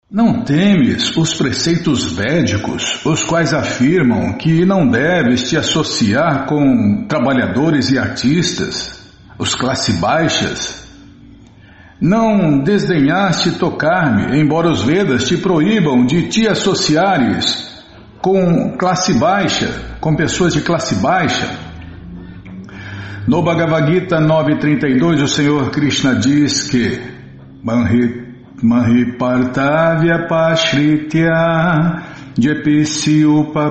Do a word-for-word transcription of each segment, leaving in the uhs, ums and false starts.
Não temes os preceitos védicos, os quais afirmam que não deves te associar com trabalhadores e artistas, os classe baixas? Não desdenhaste tocar-me, embora os Vedas te proíbam de te associares com classe baixa, com pessoas de classe baixa? No Bhagavad Gita nove trinta e dois, o Senhor Krishna diz que Mahipartavya Pashritya Jepisi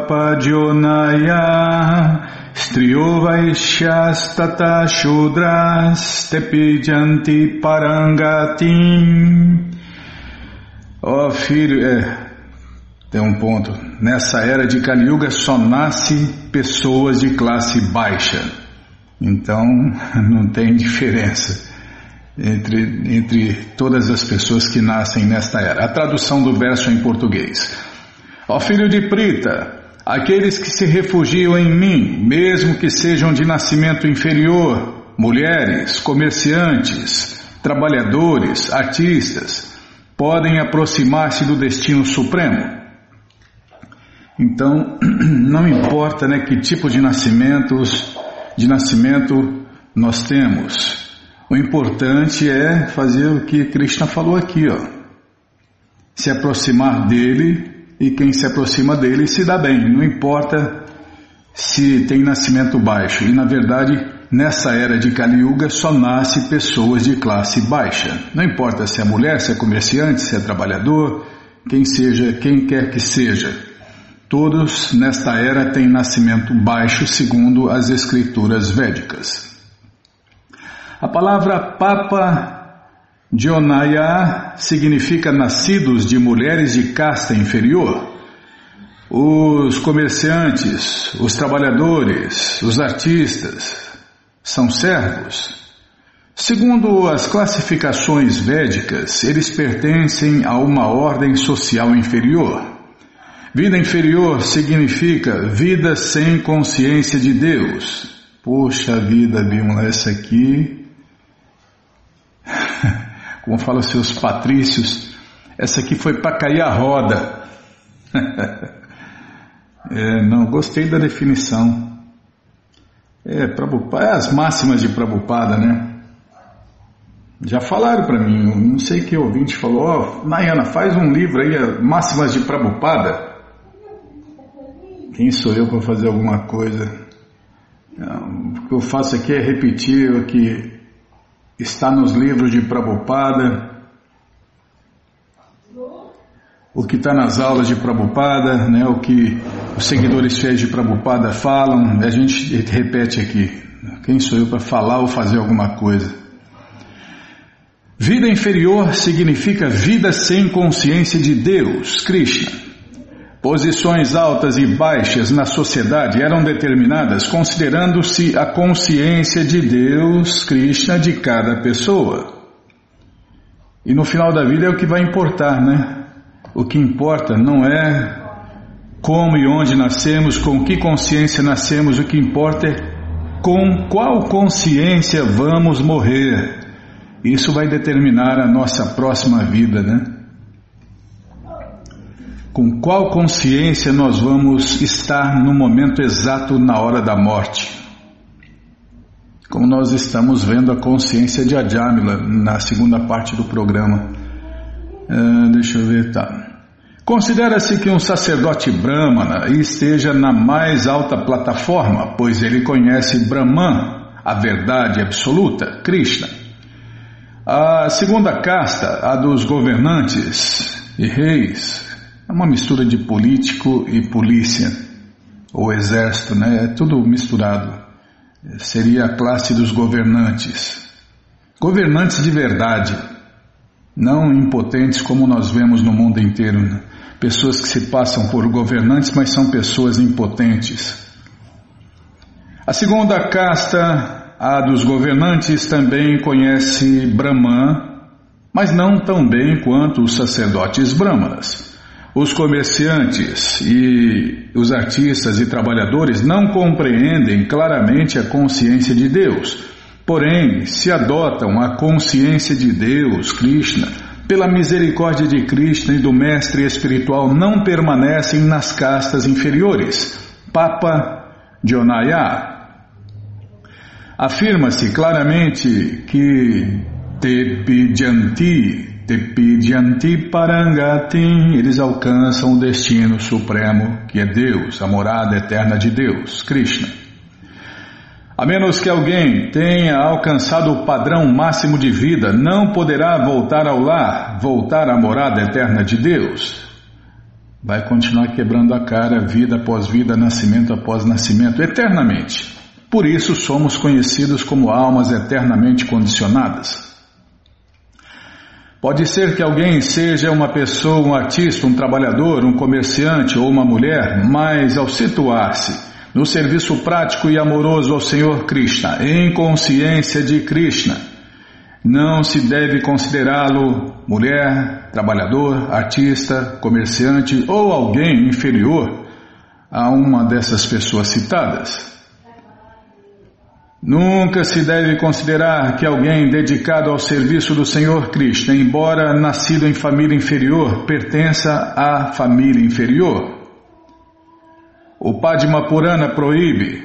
Upapadionaya Striyo Vaishyas Tata Shudras Tepijanti Parangatim. Ó oh, filho, é, tem um ponto. Nessa era de Kali Yuga só nasce pessoas de classe baixa. Então não tem diferença entre, entre todas as pessoas que nascem nesta era. A tradução do verso em português. Ó filho de Prita, aqueles que se refugiam em mim, mesmo que sejam de nascimento inferior, mulheres, comerciantes, trabalhadores, artistas, podem aproximar-se do destino supremo. Então, não importa, né, que tipo de nascimentos, de nascimento nós temos. O importante é fazer o que Krishna falou aqui, ó. Se aproximar dele, e quem se aproxima dele se dá bem. Não importa se tem nascimento baixo. E na verdade, nessa era de Kali Yuga só nasce pessoas de classe baixa. Não importa se é mulher, se é comerciante, se é trabalhador, quem seja, quem quer que seja. Todos nesta era têm nascimento baixo segundo as escrituras védicas. A palavra Papa Dionaya significa nascidos de mulheres de casta inferior. Os comerciantes, os trabalhadores, os artistas são servos. Segundo as classificações védicas, eles pertencem a uma ordem social inferior. Vida inferior significa vida sem consciência de Deus. Poxa vida, Bimala, essa aqui... Como falam seus patrícios, essa aqui foi para cair a roda. É, não, gostei da definição. É, Prabhupada, as máximas de Prabhupada, né? Já falaram para mim, não sei que ouvinte falou, ó, oh, Nayana, faz um livro aí, máximas de Prabhupada. Quem sou eu para fazer alguma coisa? Não, o que eu faço aqui é repetir o que está nos livros de Prabhupada, o que está nas aulas de Prabhupada, né, o que os seguidores fiéis de Prabhupada falam, a gente repete aqui. Quem sou eu para falar ou fazer alguma coisa? Vida inferior significa vida sem consciência de Deus, Krishna. Posições altas e baixas na sociedade eram determinadas considerando-se a consciência de Deus, Krishna, de cada pessoa. E no final da vida é o que vai importar, né? O que importa não é como e onde nascemos, com que consciência nascemos, o que importa é com qual consciência vamos morrer. Isso vai determinar a nossa próxima vida, né? Com qual consciência nós vamos estar no momento exato na hora da morte? Como nós estamos vendo a consciência de Ajamila na segunda parte do programa. Uh, deixa eu ver, tá. Considera-se que um sacerdote brahmana esteja na mais alta plataforma, pois ele conhece Brahman, a verdade absoluta, Krishna. A segunda casta, a dos governantes e reis, é uma mistura de político e polícia, ou exército, né? É tudo misturado. Seria a classe dos governantes. Governantes de verdade, não impotentes como nós vemos no mundo inteiro, né? Pessoas que se passam por governantes, mas são pessoas impotentes. A segunda casta, a dos governantes, também conhece Brahman, mas não tão bem quanto os sacerdotes brahmanas. Os comerciantes e os artistas e trabalhadores não compreendem claramente a consciência de Deus. Porém, se adotam a consciência de Deus, Krishna, pela misericórdia de Krishna e do mestre espiritual, não permanecem nas castas inferiores. Papa Jonaya. Afirma-se claramente que Tepidyanti, Tepidyanti Parangatim, eles alcançam o destino supremo, que é Deus, a morada eterna de Deus, Krishna. A menos que alguém tenha alcançado o padrão máximo de vida, não poderá voltar ao lar, voltar à morada eterna de Deus. Vai continuar quebrando a cara, vida após vida, nascimento após nascimento, eternamente. Por isso somos conhecidos como almas eternamente condicionadas. Pode ser que alguém seja uma pessoa, um artista, um trabalhador, um comerciante ou uma mulher, mas ao situar-se no serviço prático e amoroso ao Senhor Krishna, em consciência de Krishna, não se deve considerá-lo mulher, trabalhador, artista, comerciante ou alguém inferior a uma dessas pessoas citadas. Nunca se deve considerar que alguém dedicado ao serviço do Senhor Krishna, embora nascido em família inferior, pertença à família inferior. O Padma Purana proíbe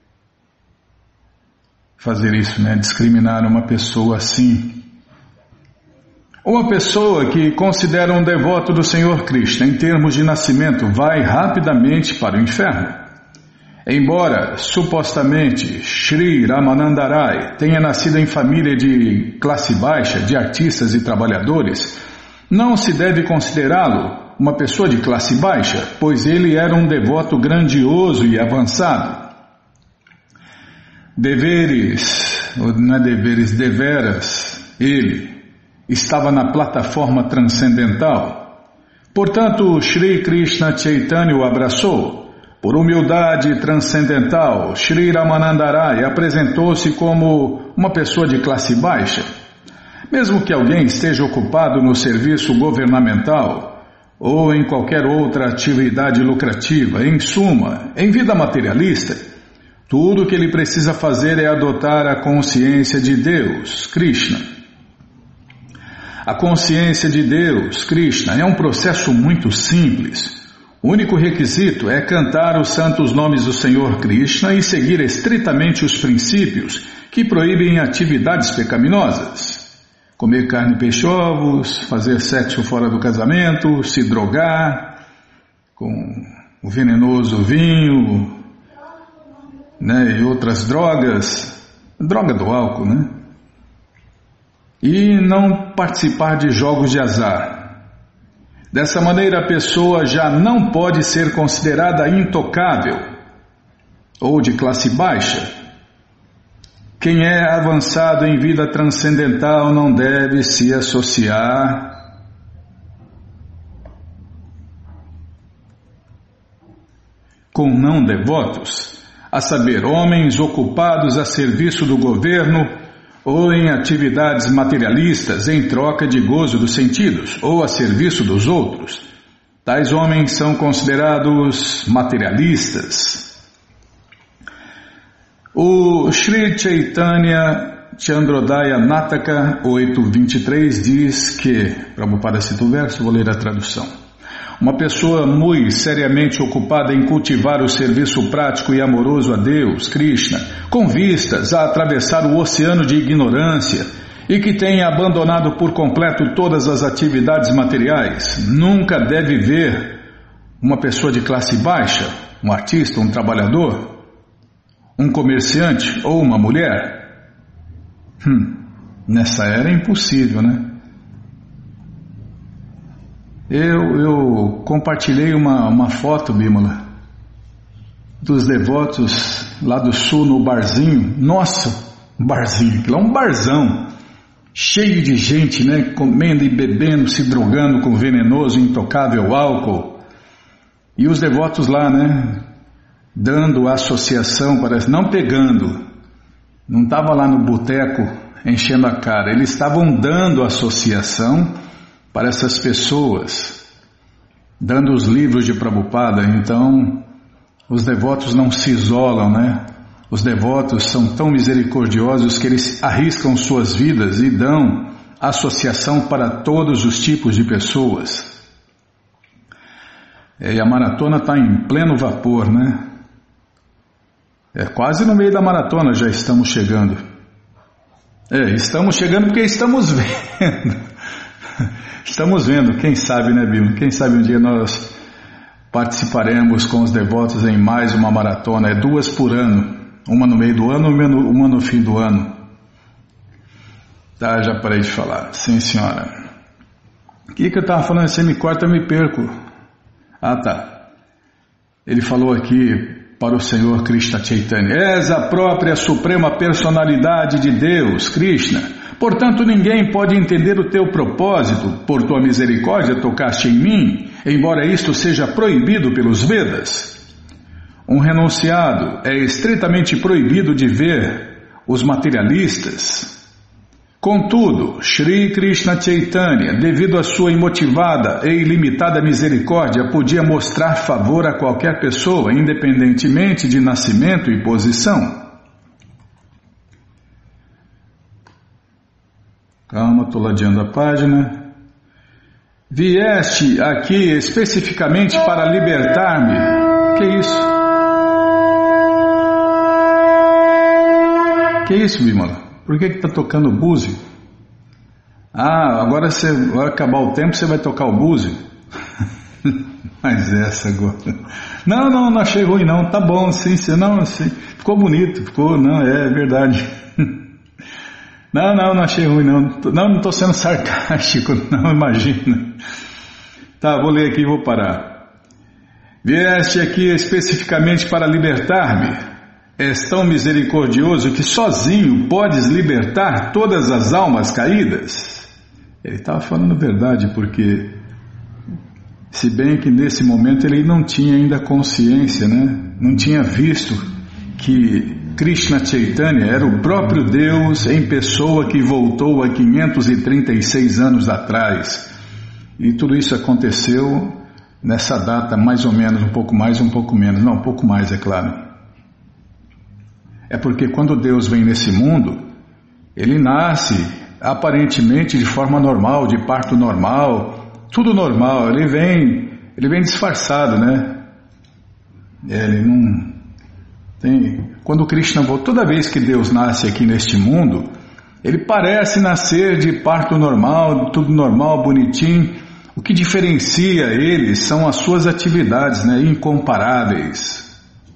fazer isso, né? Discriminar uma pessoa assim. Uma pessoa que considera um devoto do Senhor Krishna em termos de nascimento vai rapidamente para o inferno. Embora, supostamente, Sri Ramanandarai tenha nascido em família de classe baixa, de artistas e trabalhadores, não se deve considerá-lo uma pessoa de classe baixa, pois ele era um devoto grandioso e avançado. Deveres, ou não é deveres, deveras, ele estava na plataforma transcendental. Portanto, Shri Krishna Chaitanya o abraçou. Por humildade transcendental, Shri Ramanandarai apresentou-se como uma pessoa de classe baixa. Mesmo que alguém esteja ocupado no serviço governamental ou em qualquer outra atividade lucrativa, em suma, em vida materialista, tudo o que ele precisa fazer é adotar a consciência de Deus, Krishna. A consciência de Deus, Krishna, é um processo muito simples. O único requisito é cantar os santos nomes do Senhor Krishna e seguir estritamente os princípios que proíbem atividades pecaminosas. Comer carne, peixe, ovos, fazer sexo fora do casamento, se drogar com o venenoso vinho, né, e outras drogas, droga do álcool, né? E não participar de jogos de azar. Dessa maneira a pessoa já não pode ser considerada intocável ou de classe baixa. Quem é avançado em vida transcendental não deve se associar com não devotos, a saber, homens ocupados a serviço do governo ou em atividades materialistas em troca de gozo dos sentidos ou a serviço dos outros. Tais homens são considerados materialistas. O Sri Chaitanya Chandrodaya Nataka oito, vinte e três diz que, Prabhupada cita o verso, vou ler a tradução. Uma pessoa muito seriamente ocupada em cultivar o serviço prático e amoroso a Deus, Krishna, com vistas a atravessar o oceano de ignorância e que tenha abandonado por completo todas as atividades materiais, nunca deve ver uma pessoa de classe baixa, um artista, um trabalhador, um comerciante ou uma mulher? Hum, nessa era é impossível, né? Eu, eu compartilhei uma, uma foto, Bímola, dos devotos lá do sul no barzinho. Nossa, barzinho, aquilo é um barzão, cheio de gente, né? Comendo e bebendo, se drogando com venenoso, intocável álcool. E os devotos lá, né? Dando associação, parece, não pegando, não estava lá no boteco enchendo a cara, eles estavam dando associação para essas pessoas, dando os livros de Prabhupada. Então, os devotos não se isolam, né? Os devotos são tão misericordiosos que eles arriscam suas vidas e dão associação para todos os tipos de pessoas. E a maratona está em pleno vapor, né? É quase no meio da maratona já estamos chegando. É, estamos chegando porque estamos vendo. Estamos vendo, quem sabe, né, Bíblia? Quem sabe um dia nós participaremos com os devotos em mais uma maratona. É duas por ano. Uma no meio do ano, uma no fim do ano. Tá, já parei de falar. Sim, senhora. O que, que eu estava falando? Você me corta, eu me perco. Ah, tá. Ele falou aqui para o Senhor Krishna Chaitanya: és a própria suprema personalidade de Deus, Krishna. Portanto, ninguém pode entender o teu propósito. Por tua misericórdia tocaste em mim, embora isto seja proibido pelos Vedas. Um renunciado é estritamente proibido de ver os materialistas. Contudo, Shri Krishna Chaitanya, devido à sua imotivada e ilimitada misericórdia, podia mostrar favor a qualquer pessoa, independentemente de nascimento e posição. Calma, estou ladeando a página. Vieste aqui especificamente para libertar-me. Que isso? Que isso, Bimala? Por que está tocando o búzio? Ah, agora você vai acabar o tempo, você vai tocar o búzio? Mas essa agora... Não, não, não achei ruim não, tá bom, sim, sim, não, sim. Ficou bonito, ficou, não, é verdade. Não, não, não achei ruim não, não, não estou sendo sarcástico, não, imagina. Tá, vou ler aqui e vou parar. Vieste aqui especificamente para libertar-me. És tão misericordioso que sozinho podes libertar todas as almas caídas? Ele estava falando a verdade, porque se bem que nesse momento ele não tinha ainda consciência, né? Não tinha visto que Krishna Chaitanya era o próprio Deus em pessoa que voltou há quinhentos e trinta e seis anos atrás. E tudo isso aconteceu nessa data, mais ou menos, um pouco mais, um pouco menos. Não, um pouco mais, é claro. É porque quando Deus vem nesse mundo, Ele nasce aparentemente de forma normal, de parto normal, tudo normal. Ele vem, ele vem disfarçado, né? Ele não tem. Quando Krishna volta, toda vez que Deus nasce aqui neste mundo, Ele parece nascer de parto normal, tudo normal, bonitinho. O que diferencia Ele são as suas atividades, né? Incomparáveis.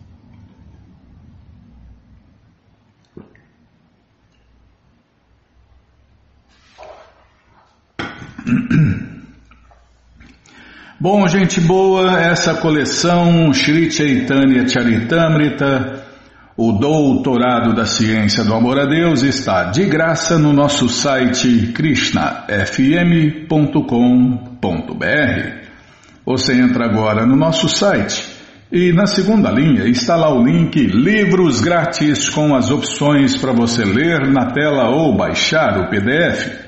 Bom, gente boa, essa coleção Shri Chaitanya Charitamrita, o Doutorado da Ciência do Amor a Deus, está de graça no nosso site krishna f m ponto com ponto b r. Você entra agora no nosso site e na segunda linha está lá o link Livros Grátis com as opções para você ler na tela ou baixar o P D F.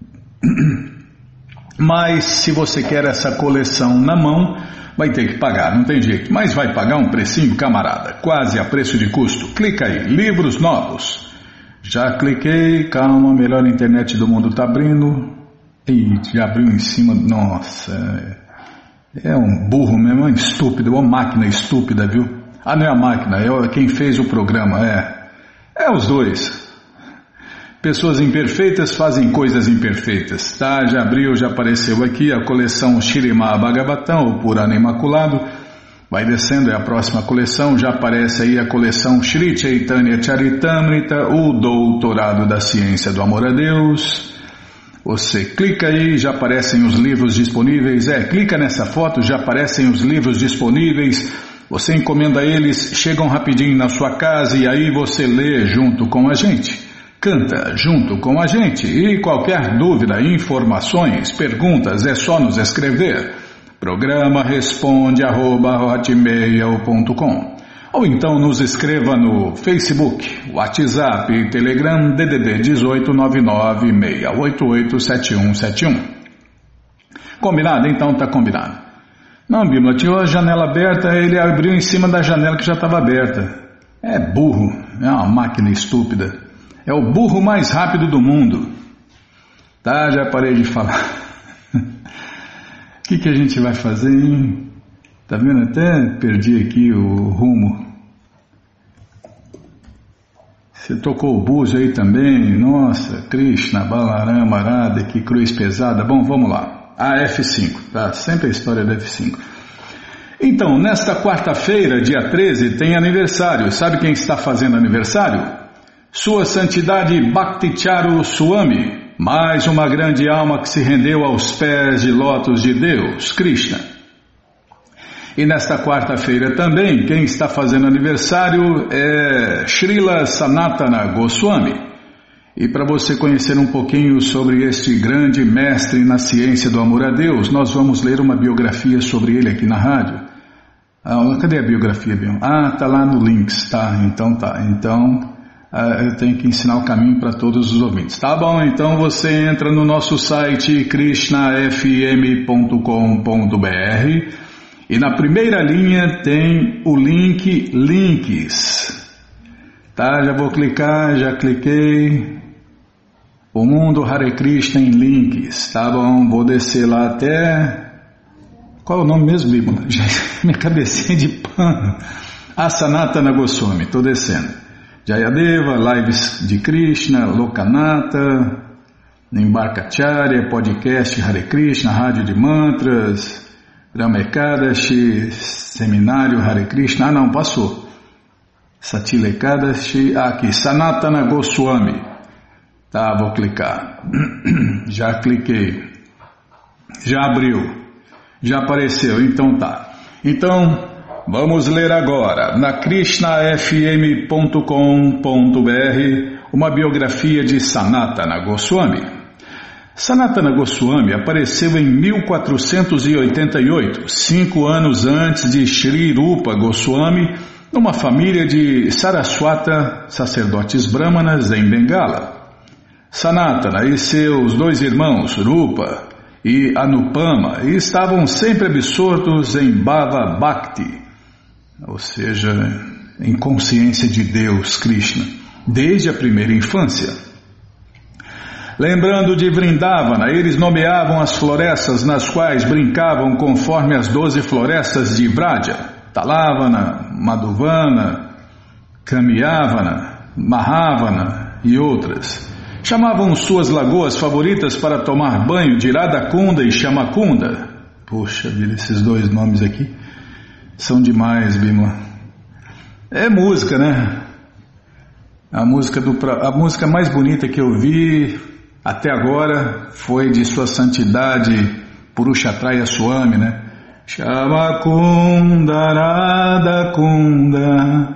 Mas se você quer essa coleção na mão, vai ter que pagar, não tem jeito. Mas vai pagar um precinho, camarada, quase a preço de custo. Clica aí, livros novos. Já cliquei, calma, melhor internet do mundo está abrindo. Ih, já abriu em cima, nossa, é um burro mesmo, é um estúpido, uma máquina estúpida, viu? Ah, não é a máquina, é quem fez o programa, é, é os dois. Pessoas imperfeitas fazem coisas imperfeitas, tá? Já abriu, já apareceu aqui a coleção Śrīmad Bhagavatam, o Purana Imaculado. Vai descendo, é a próxima coleção, já aparece aí a coleção Shri Chaitanya Charitamrita, o Doutorado da Ciência do Amor a Deus. Você clica aí, já aparecem os livros disponíveis, é, clica nessa foto, já aparecem os livros disponíveis, você encomenda eles, chegam rapidinho na sua casa e aí você lê junto com a gente. Canta junto com a gente e qualquer dúvida, informações, perguntas é só nos escrever. Programa responde arroba hotmail ponto com ou então nos escreva no Facebook, WhatsApp e Telegram D D D dezoito nove nove seis oito oito sete um sete um. Combinado? Então tá combinado. Não, Bíblia, tinha a janela aberta, ele abriu em cima da janela que já estava aberta. É burro, é uma máquina estúpida. É o burro mais rápido do mundo. Tá, já parei de falar. O que, que a gente vai fazer, hein? Tá vendo? Até perdi aqui o rumo. Você tocou o búzio aí também. Nossa, Krishna, Balarama, Arada, que cruz pesada. Bom, vamos lá. A F cinco, tá? Sempre a história da F cinco. Então, nesta quarta-feira, dia treze, tem aniversário. Sabe quem está fazendo aniversário? Sua Santidade Bhakticharu Swami. Mais uma grande alma que se rendeu aos pés de lótus de Deus, Krishna. E nesta quarta-feira também, quem está fazendo aniversário é Srila Sanatana Goswami. E para você conhecer um pouquinho sobre este grande mestre na ciência do amor a Deus, nós vamos ler uma biografia sobre ele aqui na rádio. Ah, cadê a biografia, Bion? Ah, tá lá no Links, tá, então tá, então... Uh, eu tenho que ensinar o caminho para todos os ouvintes. Tá bom, então você entra no nosso site krishna f m ponto com ponto b r e na primeira linha tem o link Links. Tá, já vou clicar, já cliquei. O Mundo Hare Krishna em Links. Tá bom, vou descer lá até... Qual é o nome mesmo, Bíblia? Minha cabecinha de pano. A Sanatana Goswami, estou descendo. Jayadeva, Lives de Krishna, Lokanatha, Nimbarkacharya, Podcast Hare Krishna, Rádio de Mantras, Ramekadashi, Seminário Hare Krishna, ah não, passou, Satilekadashi, ah, aqui, Sanatana Goswami, tá, vou clicar, já cliquei, já abriu, já apareceu, então tá, então... Vamos ler agora, na krishna f m ponto com ponto b r, uma biografia de Sanatana Goswami. Sanatana Goswami apareceu em mil quatrocentos e oitenta e oito, cinco anos antes de Shri Rupa Goswami, numa família de Saraswata, sacerdotes brahmanas em Bengala. Sanatana e seus dois irmãos, Rupa e Anupama, estavam sempre absortos em Bhava Bhakti, ou seja, em consciência de Deus, Krishna, desde a primeira infância. Lembrando de Vrindavana, eles nomeavam as florestas nas quais brincavam conforme as doze florestas de Vraja, Talavana, Madhuvana, Kamyavana, Mahavana e outras. Chamavam suas lagoas favoritas para tomar banho de Radhakunda e Shamakunda. Poxa vida, esses dois nomes aqui são demais, Bimla. É música, né? A música, do, a música mais bonita que eu vi até agora foi de Sua Santidade Purushatraya Swami, né? Shamakunda Radhakunda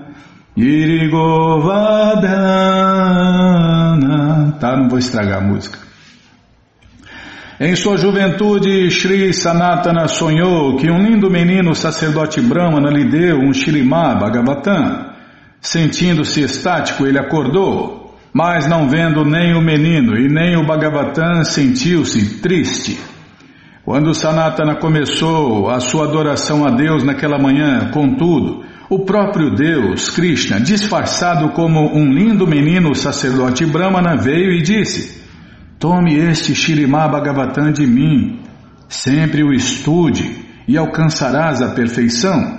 Girigovardhana. Tá, não vou estragar a música. Em sua juventude, Shri Sanatana sonhou que um lindo menino sacerdote brahmana lhe deu um Shrimad Bhagavatam. Sentindo-se estático, ele acordou, mas não vendo nem o menino e nem o Bhagavatam, sentiu-se triste. Quando Sanatana começou a sua adoração a Deus naquela manhã, contudo, o próprio Deus, Krishna, disfarçado como um lindo menino sacerdote brahmana, veio e disse: tome este Shrimad Bhagavatam de mim, sempre o estude e alcançarás a perfeição.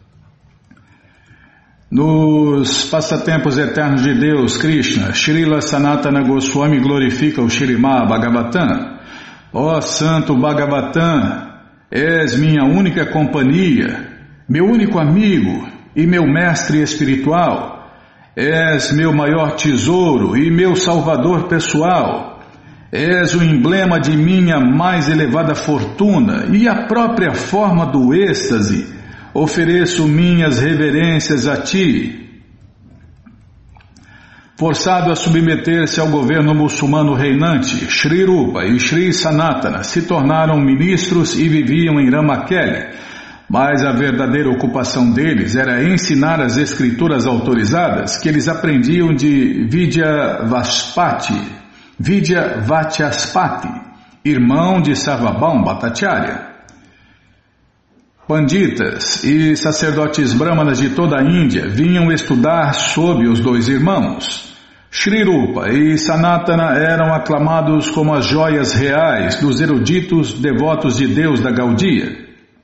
Nos passatempos eternos de Deus, Krishna, Srila Sanatana Goswami glorifica o Shrimad Bhagavatam. Ó Santo Bhagavatam, és minha única companhia, meu único amigo e meu mestre espiritual. És meu maior tesouro e meu salvador pessoal. És o emblema de minha mais elevada fortuna e a própria forma do êxtase. Ofereço minhas reverências a ti. Forçado a submeter-se ao governo muçulmano reinante, Shri Rupa e Shri Sanatana se tornaram ministros e viviam em Ramakeli, mas a verdadeira ocupação deles era ensinar as escrituras autorizadas que eles aprendiam de Vidyavaspati, Vidyavachaspati, irmão de Sarvabhauma Bhattacharya. Panditas e sacerdotes brahmanas de toda a Índia vinham estudar sob os dois irmãos. Shri Rupa e Sanatana eram aclamados como as joias reais dos eruditos devotos de Deus da Gaudiya.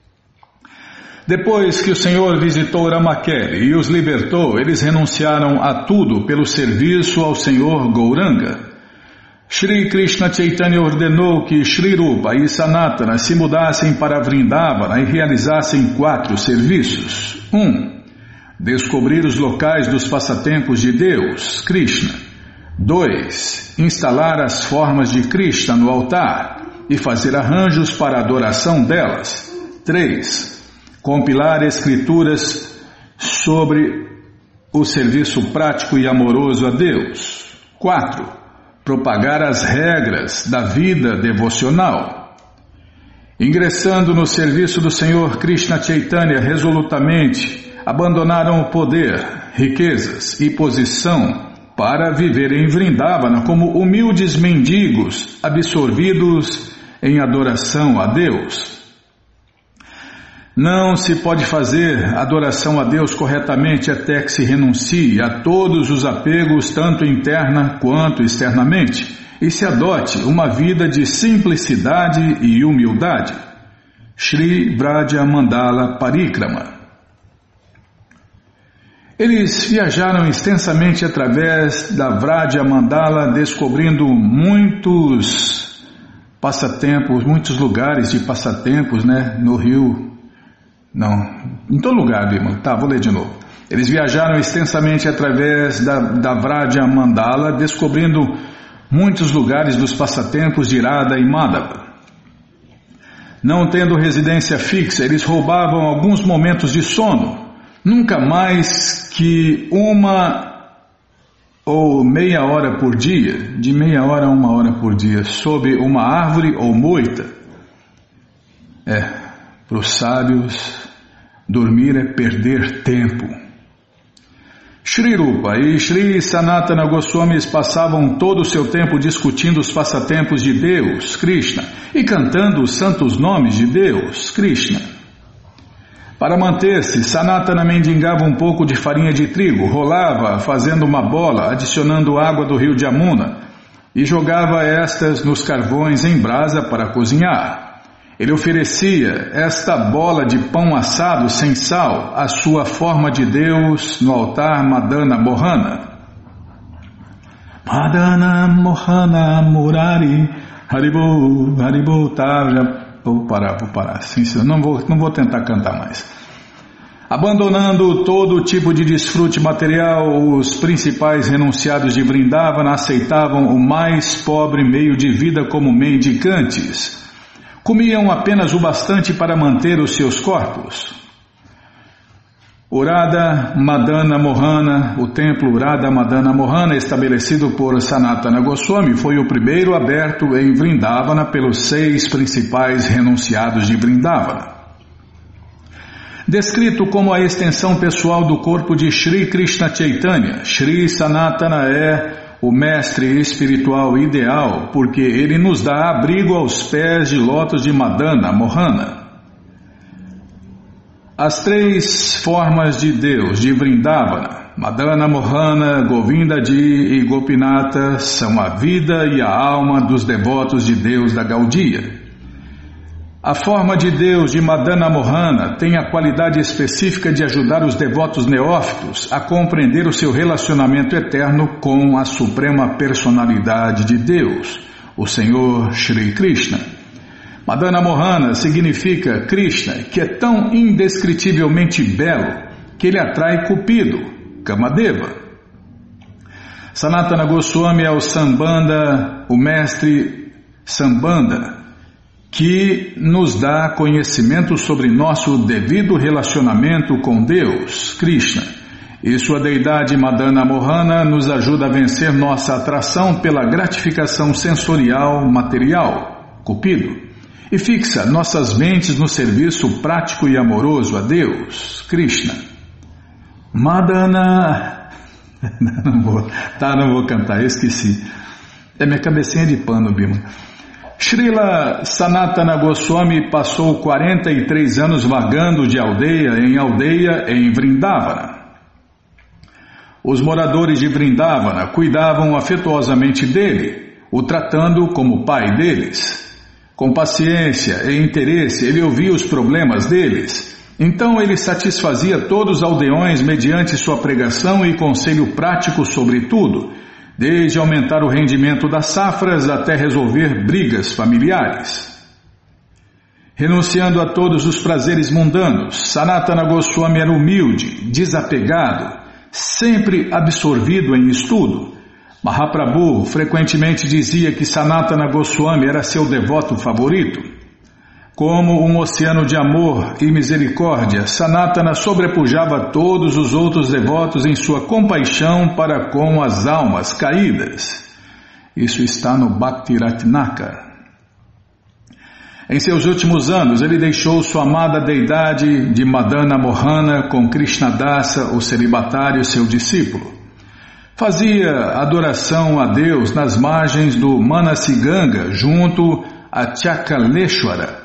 Depois que o Senhor visitou Ramakeli e os libertou, eles renunciaram a tudo pelo serviço ao Senhor Gauranga. Shri Krishna Chaitanya ordenou que Shri Rupa e Sanatana se mudassem para Vrindavana e realizassem quatro serviços. um. Descobrir os locais dos passatempos de Deus, Krishna. dois. Instalar as formas de Krishna no altar e fazer arranjos para a adoração delas. três. Compilar escrituras sobre o serviço prático e amoroso a Deus. quatro. Propagar as regras da vida devocional. Ingressando no serviço do Senhor Krishna Chaitanya resolutamente, abandonaram o poder, riquezas e posição para viver em Vrindavana como humildes mendigos absorvidos em adoração a Deus. Não se pode fazer adoração a Deus corretamente até que se renuncie a todos os apegos, tanto interna quanto externamente, e se adote uma vida de simplicidade e humildade. Shri Vraja Mandala Parikrama. Eles viajaram extensamente através da Vraja Mandala, descobrindo muitos passatempos, muitos lugares de passatempos, né, no rio. Não, em todo lugar, Bima. Tá, vou ler de novo. Eles viajaram extensamente através da, da Vraja Mandala, descobrindo muitos lugares dos passatempos de Radha e Madhava. Não tendo residência fixa, eles roubavam alguns momentos de sono, nunca mais que uma ou meia hora por dia, de meia hora a uma hora por dia, sob uma árvore ou moita. É, para os sábios, dormir é perder tempo. Shri Rupa e Shri Sanatana Goswamis passavam todo o seu tempo discutindo os passatempos de Deus, Krishna, e cantando os santos nomes de Deus, Krishna. Para manter-se, Sanatana mendigava um pouco de farinha de trigo, rolava fazendo uma bola, adicionando água do rio Jamuna, e jogava estas nos carvões em brasa para cozinhar. Ele oferecia esta bola de pão assado sem sal à sua forma de Deus no altar Madana Mohana. Madana Mohana Murari Haribo Haribo. Tá, já vou parar, vou parar. Sim, sim, não vou, não vou tentar cantar mais. Abandonando todo tipo de desfrute material, os principais renunciados de Vrindavana aceitavam o mais pobre meio de vida como mendicantes. Comiam apenas o bastante para manter os seus corpos. O Radha Madana Mohana, o templo Radha Madana Mohana, estabelecido por Sanatana Goswami, foi o primeiro aberto em Vrindavana pelos seis principais renunciados de Vrindavana. Descrito como a extensão pessoal do corpo de Shri Krishna Chaitanya, Shri Sanatana é o mestre espiritual ideal, porque ele nos dá abrigo aos pés de lótus de Madana Mohana. As três formas de Deus de Vrindavana, Madana Mohana, Govindadi e Gopinata, são a vida e a alma dos devotos de Deus da Gaudiya. A forma de Deus de Madana Mohana tem a qualidade específica de ajudar os devotos neófitos a compreender o seu relacionamento eterno com a suprema personalidade de Deus, o Senhor Shri Krishna. Madana Mohana significa Krishna, que é tão indescritivelmente belo que ele atrai Cupido, Kamadeva. Sanatana Goswami é o Sambanda, o mestre Sambanda, que nos dá conhecimento sobre nosso devido relacionamento com Deus, Krishna, e sua deidade Madana Mohana nos ajuda a vencer nossa atração pela gratificação sensorial material, Cupido, e fixa nossas mentes no serviço prático e amoroso a Deus, Krishna. Madana... não vou, tá, não vou cantar, eu esqueci. É minha cabecinha de pano, Bima. Srila Sanatana Goswami passou quarenta e três anos vagando de aldeia em aldeia em Vrindavana. Os moradores de Vrindavana cuidavam afetuosamente dele, o tratando como pai deles. Com paciência e interesse, ele ouvia os problemas deles. Então ele satisfazia todos os aldeões mediante sua pregação e conselho prático sobre tudo, desde aumentar o rendimento das safras até resolver brigas familiares. Renunciando a todos os prazeres mundanos, Sanatana Goswami era humilde, desapegado, sempre absorvido em estudo. Mahaprabhu frequentemente dizia que Sanatana Goswami era seu devoto favorito. Como um oceano de amor e misericórdia, Sanatana sobrepujava todos os outros devotos em sua compaixão para com as almas caídas. Isso está no Bhakti Ratnaka. Em seus últimos anos, ele deixou sua amada deidade de Madana Mohana com Krishnadasa, o celibatário, seu discípulo. Fazia adoração a Deus nas margens do Manasiganga, junto a Chakaleshwara,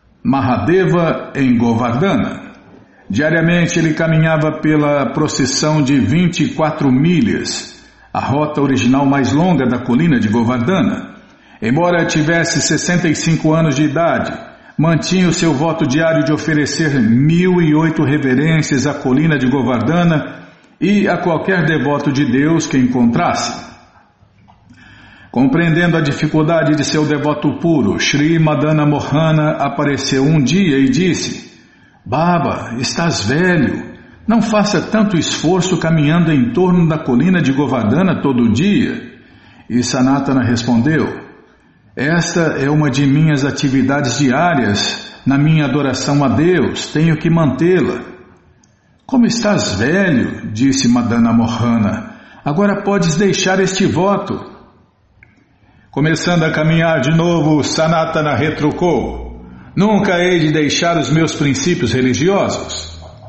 Mahadeva em Govardhana. Diariamente ele caminhava pela procissão de vinte e quatro milhas, a rota original mais longa da colina de Govardhana. Embora tivesse sessenta e cinco anos de idade, mantinha o seu voto diário de oferecer mil e oito reverências à colina de Govardhana e a qualquer devoto de Deus que encontrasse. Compreendendo a dificuldade de seu devoto puro, Shri Madana Mohana apareceu um dia e disse: Baba, estás velho, não faça tanto esforço caminhando em torno da colina de Govardhana todo dia. E Sanatana respondeu: Esta é uma de minhas atividades diárias, na minha adoração a Deus, tenho que mantê-la. Como estás velho, disse Madana Mohana, agora podes deixar este voto. Começando a caminhar de novo, Sanatana retrucou: Nunca hei de deixar os meus princípios religiosos.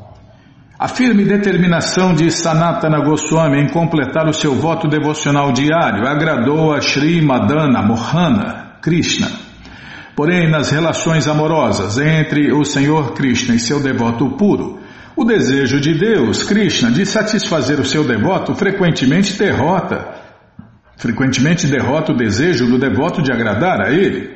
A firme determinação de Sanatana Goswami em completar o seu voto devocional diário agradou a Shri Madana Mohana, Krishna. Porém, nas relações amorosas entre o Senhor Krishna e seu devoto puro, o desejo de Deus, Krishna, de satisfazer o seu devoto frequentemente derrota, frequentemente derrota o desejo do devoto de agradar a ele.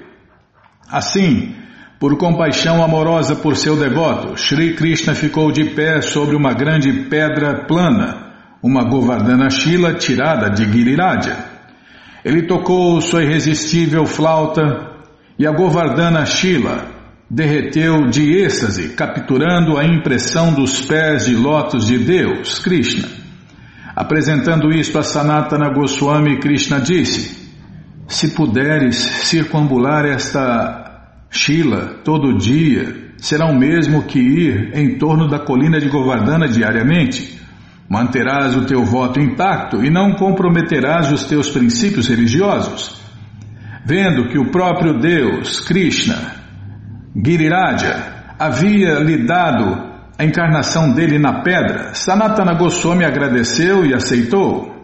Assim, por compaixão amorosa por seu devoto, Shri Krishna ficou de pé sobre uma grande pedra plana, uma Govardhana Shila tirada de Giriraja. Ele tocou sua irresistível flauta e a Govardhana Shila derreteu de êxtase, capturando a impressão dos pés de lótus de Deus, Krishna. Apresentando isto a Sanatana Goswami, Krishna disse: Se puderes circunambular esta Shila todo dia, será o mesmo que ir em torno da colina de Govardhana diariamente. Manterás o teu voto intacto e não comprometerás os teus princípios religiosos. Vendo que o próprio Deus, Krishna, Giriraja, havia lhe dado a encarnação dele na pedra, Sanatana Goswami agradeceu e aceitou.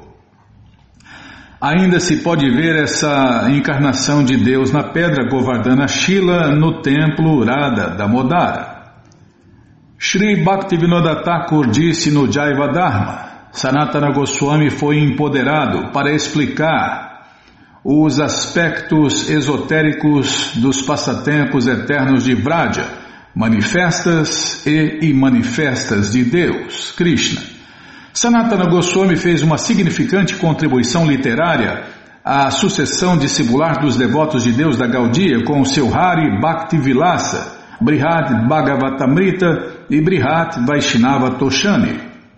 Ainda se pode ver essa encarnação de Deus na pedra Govardhana Shila no templo Radha Damodara. Shri Bhaktivinoda Thakur disse no Jaiva Dharma: Sanatana Goswami foi empoderado para explicar os aspectos esotéricos dos passatempos eternos de Vraja, manifestas e imanifestas de Deus, Krishna. Sanatana Goswami fez uma significante contribuição literária à sucessão discipular dos devotos de Deus da Gaudiya com o seu Hari Bhakti Vilasa, Brihad Bhagavatamrita e Brihad Vaishnava Toshani.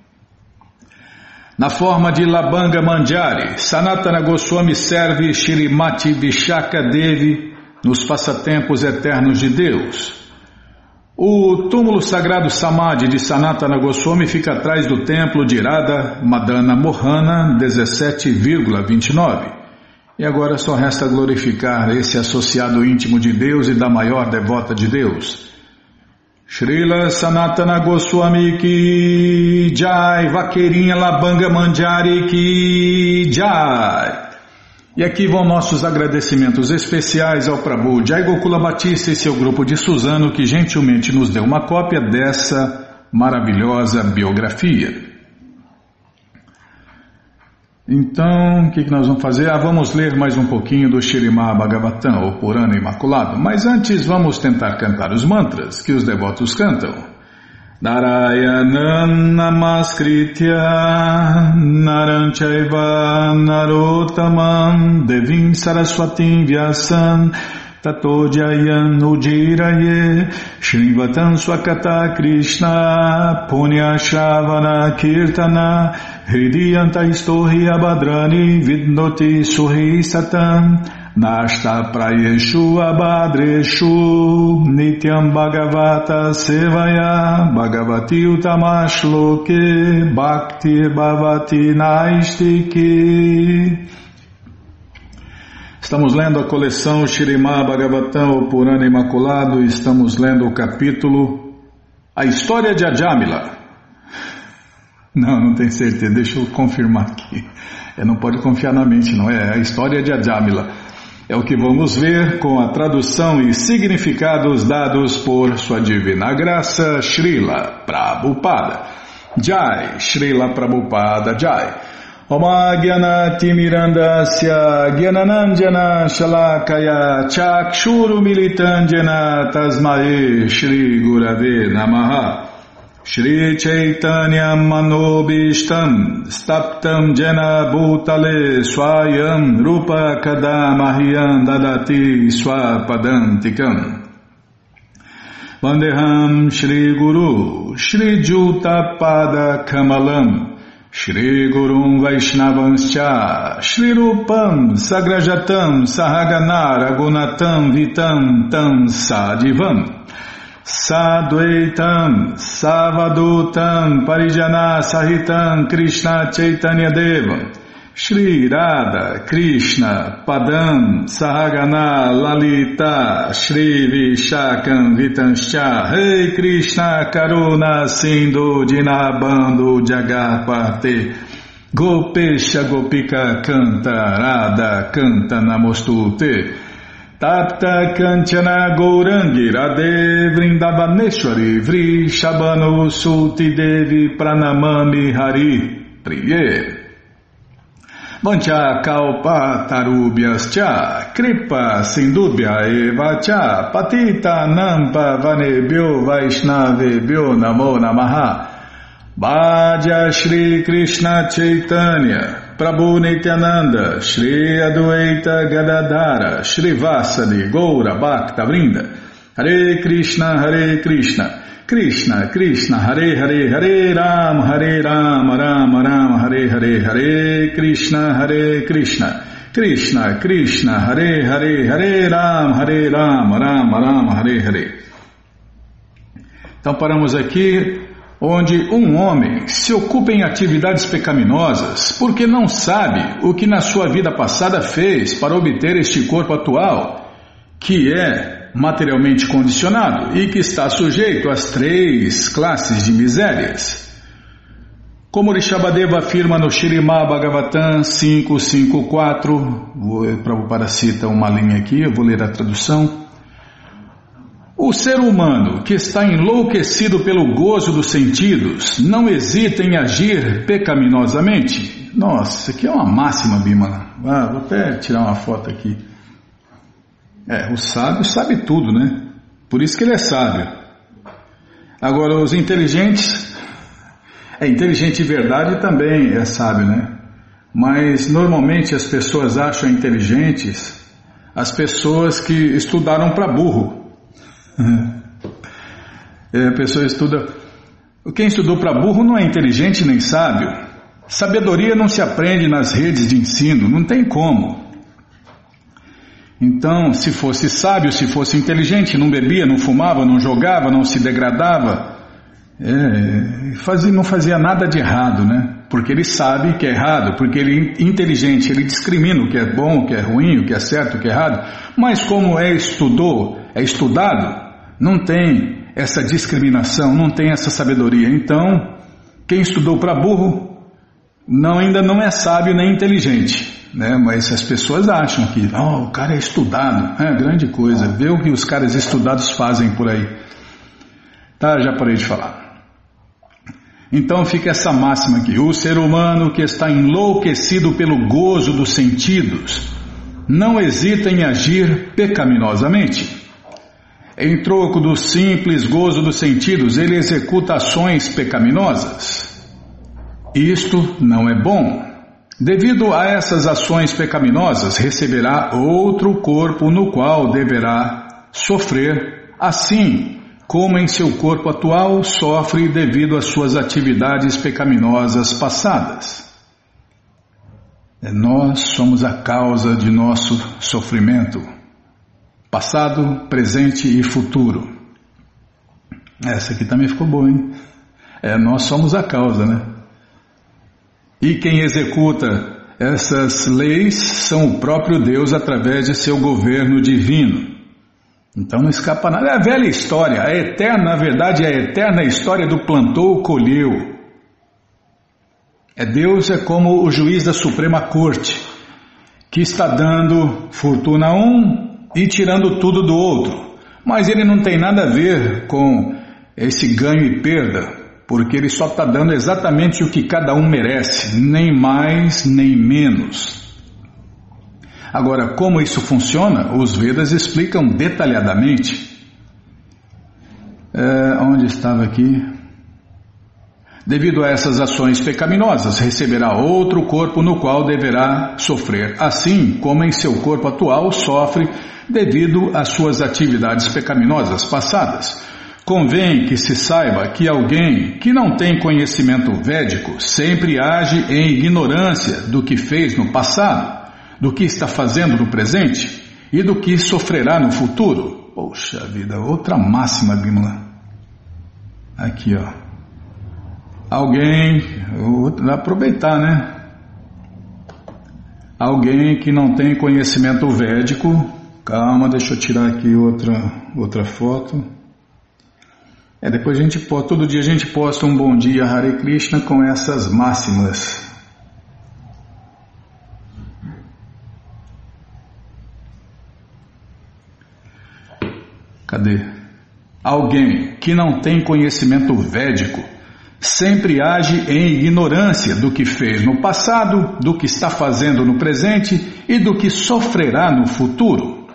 Na forma de Labanga Manjari, Sanatana Goswami serve Shrimati Vishaka Devi nos passatempos eternos de Deus. O túmulo sagrado Samadhi de Sanatana Goswami fica atrás do templo de Radha Madana Mohana dezessete vírgula vinte e nove. E agora só resta glorificar esse associado íntimo de Deus e da maior devota de Deus. Srila Sanatana Goswami ki Jai, Vaqueirinha Labanga Manjari ki Jai. E aqui vão nossos agradecimentos especiais ao Prabhu Jai Gokula Batista e seu grupo de Suzano, que gentilmente nos deu uma cópia dessa maravilhosa biografia. Então, o que, que nós vamos fazer? Ah, vamos ler mais um pouquinho do Śrīmad Bhagavatam, o Purana Imaculado. Mas antes vamos tentar cantar os mantras que os devotos cantam. Narayanam Namaskritya Naranchaiva Narottamam Devim Saraswatim Vyasam Tato Jayam Ujiraye Shrivatam Swakata Krishna Punya Shavana Kirtana Hridiyanta Istohi Abhadrani Vidnoti Suhi Satam Nashta Prayeshu Abhadreshu Nityam Bhagavata Sevaya Bhagavati Utamashloke Bhakti Bhavati Naistiki. Estamos lendo a coleção Śrīmad Bhagavatam, o Purana Imaculado. Estamos lendo o capítulo A História de Ajamila. Não, não tenho certeza, deixa eu confirmar aqui. É, não pode confiar na mente, não é? A História de Ajamila. É o que vamos ver com a tradução e significados dados por Sua Divina Graça, Srila Prabhupada. Jai, Srila Prabhupada Jai. Oma Gyanati Mirandasya Gyananandjana Shalakaya Chakshuru Militandjana Tasmae Shri Gurave Namaha. Shri Chaitanya Manobishtam Staptam Jena Bhutale Swayam Rupa Kadamahyam Dadati Swapadantikam Vandeham Shri Guru Shri Juta Pada Kamalam Shri Gurum Vaishnavanscha Shri Rupam Sagrajatam Sahagana Ragunatam Vitam Tam Sadivam Sadvaitam Savadutam Parijana Sahitam Krishna Chaitanya Deva Shri Radha Krishna Padam Sahagana Lalita Shri Vishakam Vitanscha Rei Krishna Karuna Sindhu Dinabando Jagarpate Gopesha Gopika Canta Radha Canta Namostute Tapta Kanchana Gourangi Radhe Vrindavaneshwari Vri Shabano Sulti Devi Pranamami Hari Priye Vancha Kalpa Tarubhyas Cha Kripa Sindubhya Eva Cha Patita Nampa Vanebhyo Vaishnavebhyo Namo Namaha Bhaja Shri Krishna Chaitanya Prabhu Nityananda, Shri Adwaita Gadadhara, Shri Vasadi, Goura, Bhakta Vrinda, Hare Krishna, Hare Krishna, Krishna, Krishna, Hare Hare, Hare Ram, Hare Ram, Ram Ram, Hare Hare, Hare Krishna, Hare Krishna, Krishna, Krishna, Hare Hare, Hare Ram, Hare Ram, Ram Ram, Hare Hare. Então paramos aqui onde um homem se ocupa em atividades pecaminosas porque não sabe o que na sua vida passada fez para obter este corpo atual, que é materialmente condicionado e que está sujeito às três classes de misérias. Como Rishabhadeva afirma no Śrīmad Bhagavatam cinco cinco quatro, o Prabhupada cita uma linha aqui, eu vou ler a tradução. O ser humano que está enlouquecido pelo gozo dos sentidos não hesita em agir pecaminosamente. Nossa, isso aqui é uma máxima, Bimala. Ah, vou até tirar uma foto aqui. É, o sábio sabe tudo, né? Por isso que ele é sábio. Agora, os inteligentes... É, inteligente de verdade também é sábio, né? Mas, normalmente, as pessoas acham inteligentes as pessoas que estudaram para burro. É, a pessoa estuda. Quem estudou para burro não é inteligente nem sábio. Sabedoria não se aprende nas redes de ensino, não tem como. Então, se fosse sábio, se fosse inteligente, não bebia, não fumava, não jogava, não se degradava, é, fazia, não fazia nada de errado, né? Porque ele sabe que é errado, porque ele é inteligente, ele discrimina o que é bom, o que é ruim, o que é certo, o que é errado. Mas como é estudou, é estudado, não tem essa discriminação, não tem essa sabedoria. Então, quem estudou para burro não, ainda não é sábio nem inteligente, né? Mas as pessoas acham que oh, o cara é estudado, é grande coisa, vê o que os caras estudados fazem por aí. Tá, já parei de falar. Então fica essa máxima aqui: o ser humano que está enlouquecido pelo gozo dos sentidos não hesita em agir pecaminosamente. Em troco do simples gozo dos sentidos, ele executa ações pecaminosas. Isto não é bom. Devido a essas ações pecaminosas, receberá outro corpo no qual deverá sofrer, assim como em seu corpo atual sofre devido às suas atividades pecaminosas passadas. Nós somos a causa de nosso sofrimento, passado, presente e futuro. Essa aqui também ficou boa, hein? É, nós somos a causa, né? E quem executa essas leis são o próprio Deus através de seu governo divino. Então não escapa nada. É a velha história, a eterna, na verdade, é a eterna história do plantou, colheu. É Deus é como o juiz da Suprema Corte, que está dando fortuna a um e tirando tudo do outro. Mas ele não tem nada a ver com esse ganho e perda, porque ele só está dando exatamente o que cada um merece, nem mais nem menos. Agora, como isso funciona, os Vedas explicam detalhadamente. É, onde estava aqui? Devido a essas ações pecaminosas, receberá outro corpo no qual deverá sofrer, assim como em seu corpo atual sofre devido às suas atividades pecaminosas passadas. Convém que se saiba que alguém que não tem conhecimento védico sempre age em ignorância do que fez no passado, do que está fazendo no presente e do que sofrerá no futuro. Poxa vida, outra máxima, Bimala. Aqui, ó. Alguém, vou aproveitar, né? Alguém que não tem conhecimento védico, calma, deixa eu tirar aqui outra, outra foto. É, depois a gente posta, todo dia a gente posta um bom dia Hare Krishna com essas máximas. Cadê? Alguém que não tem conhecimento védico sempre age em ignorância do que fez no passado, do que está fazendo no presente e do que sofrerá no futuro.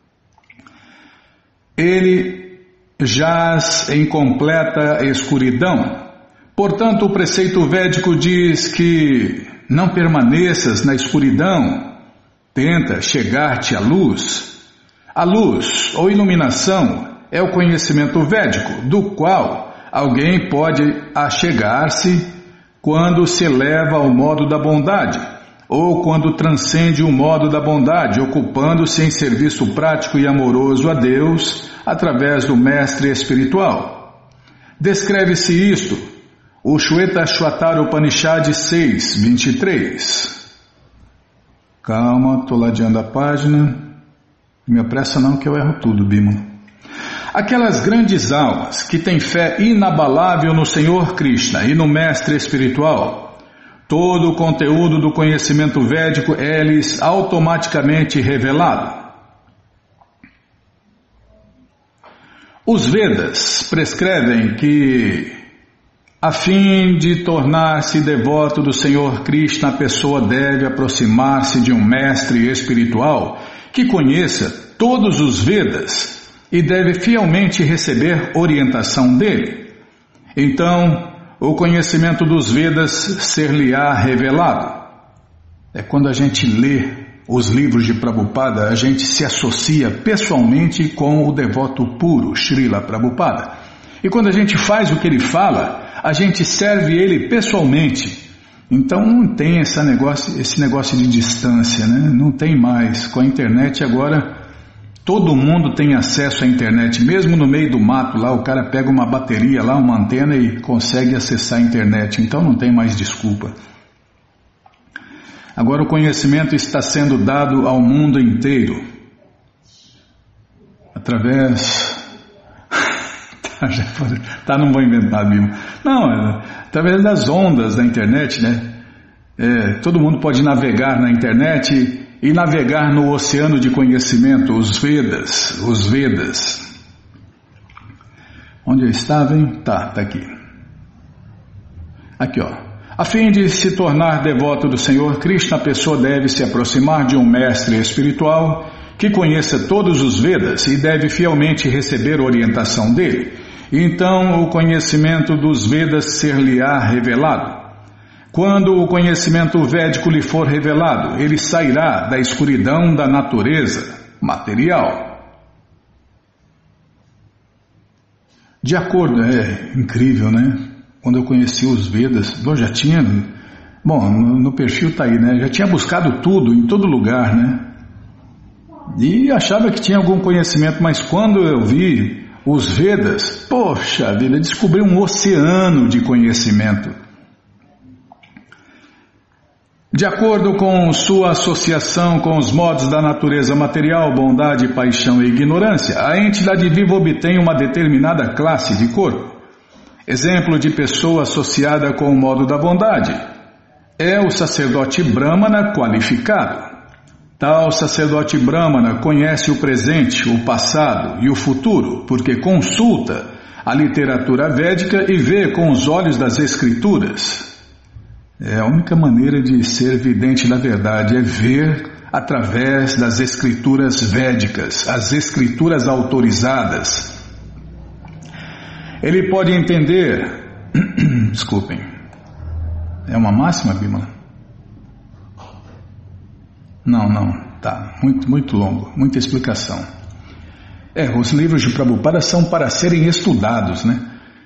Ele jaz em completa escuridão. Portanto, o preceito védico diz que não permaneças na escuridão, tenta chegar-te à luz. A luz ou iluminação é o conhecimento védico, do qual alguém pode achegar-se quando se eleva ao modo da bondade, ou quando transcende o modo da bondade, ocupando-se em serviço prático e amoroso a Deus através do mestre espiritual. Descreve-se isto, o Shweta Upanishad seis, vinte e três. Calma, estou ladeando a página. Não me apressa não que eu erro tudo, Bima. Aquelas grandes almas que têm fé inabalável no Senhor Krishna e no Mestre Espiritual, todo o conteúdo do conhecimento védico é-lhes automaticamente revelado. Os Vedas prescrevem que, a fim de tornar-se devoto do Senhor Krishna, a pessoa deve aproximar-se de um mestre espiritual que conheça todos os Vedas e deve fielmente receber orientação dele. Então, o conhecimento dos Vedas ser-lhe-á revelado. É quando a gente lê os livros de Prabhupada, a gente se associa pessoalmente com o devoto puro, Srila Prabhupada. E quando a gente faz o que ele fala, a gente serve ele pessoalmente. Então não tem esse negócio, esse negócio de distância, né? Não tem mais. Com a internet agora, todo mundo tem acesso à internet, mesmo no meio do mato lá, o cara pega uma bateria lá, uma antena e consegue acessar a internet, então não tem mais desculpa. Agora o conhecimento está sendo dado ao mundo inteiro, através... tá, não vou inventar, Bima. Não, através das ondas da internet, né? É, todo mundo pode navegar na internet e navegar no oceano de conhecimento, os Vedas, os Vedas. Onde eu estava, hein? Tá, tá aqui. Aqui, ó. A fim de se tornar devoto do Senhor Krishna, a pessoa deve se aproximar de um mestre espiritual que conheça todos os Vedas e deve fielmente receber orientação dele. Então o conhecimento dos Vedas ser-lhe-á revelado. Quando o conhecimento védico lhe for revelado, ele sairá da escuridão da natureza material. De acordo, é incrível, né? Quando eu conheci os Vedas, eu já tinha, bom, no, no perfil tá aí, né? Já tinha buscado tudo, em todo lugar, né? E achava que tinha algum conhecimento, mas quando eu vi os Vedas, poxa vida, descobri um oceano de conhecimento. De acordo com sua associação com os modos da natureza material, bondade, paixão e ignorância, a entidade viva obtém uma determinada classe de corpo. Exemplo de pessoa associada com o modo da bondade é o sacerdote Brahmana qualificado. Tal sacerdote Brahmana conhece o presente, o passado e o futuro, porque consulta a literatura védica e vê com os olhos das escrituras. É a única maneira de ser vidente da verdade, é ver através das escrituras védicas, as escrituras autorizadas. Ele pode entender... Desculpem. É uma máxima, Bimala? Não, não. Tá. Muito, muito longo. Muita explicação. É, os livros de Prabhupada são para serem estudados, né?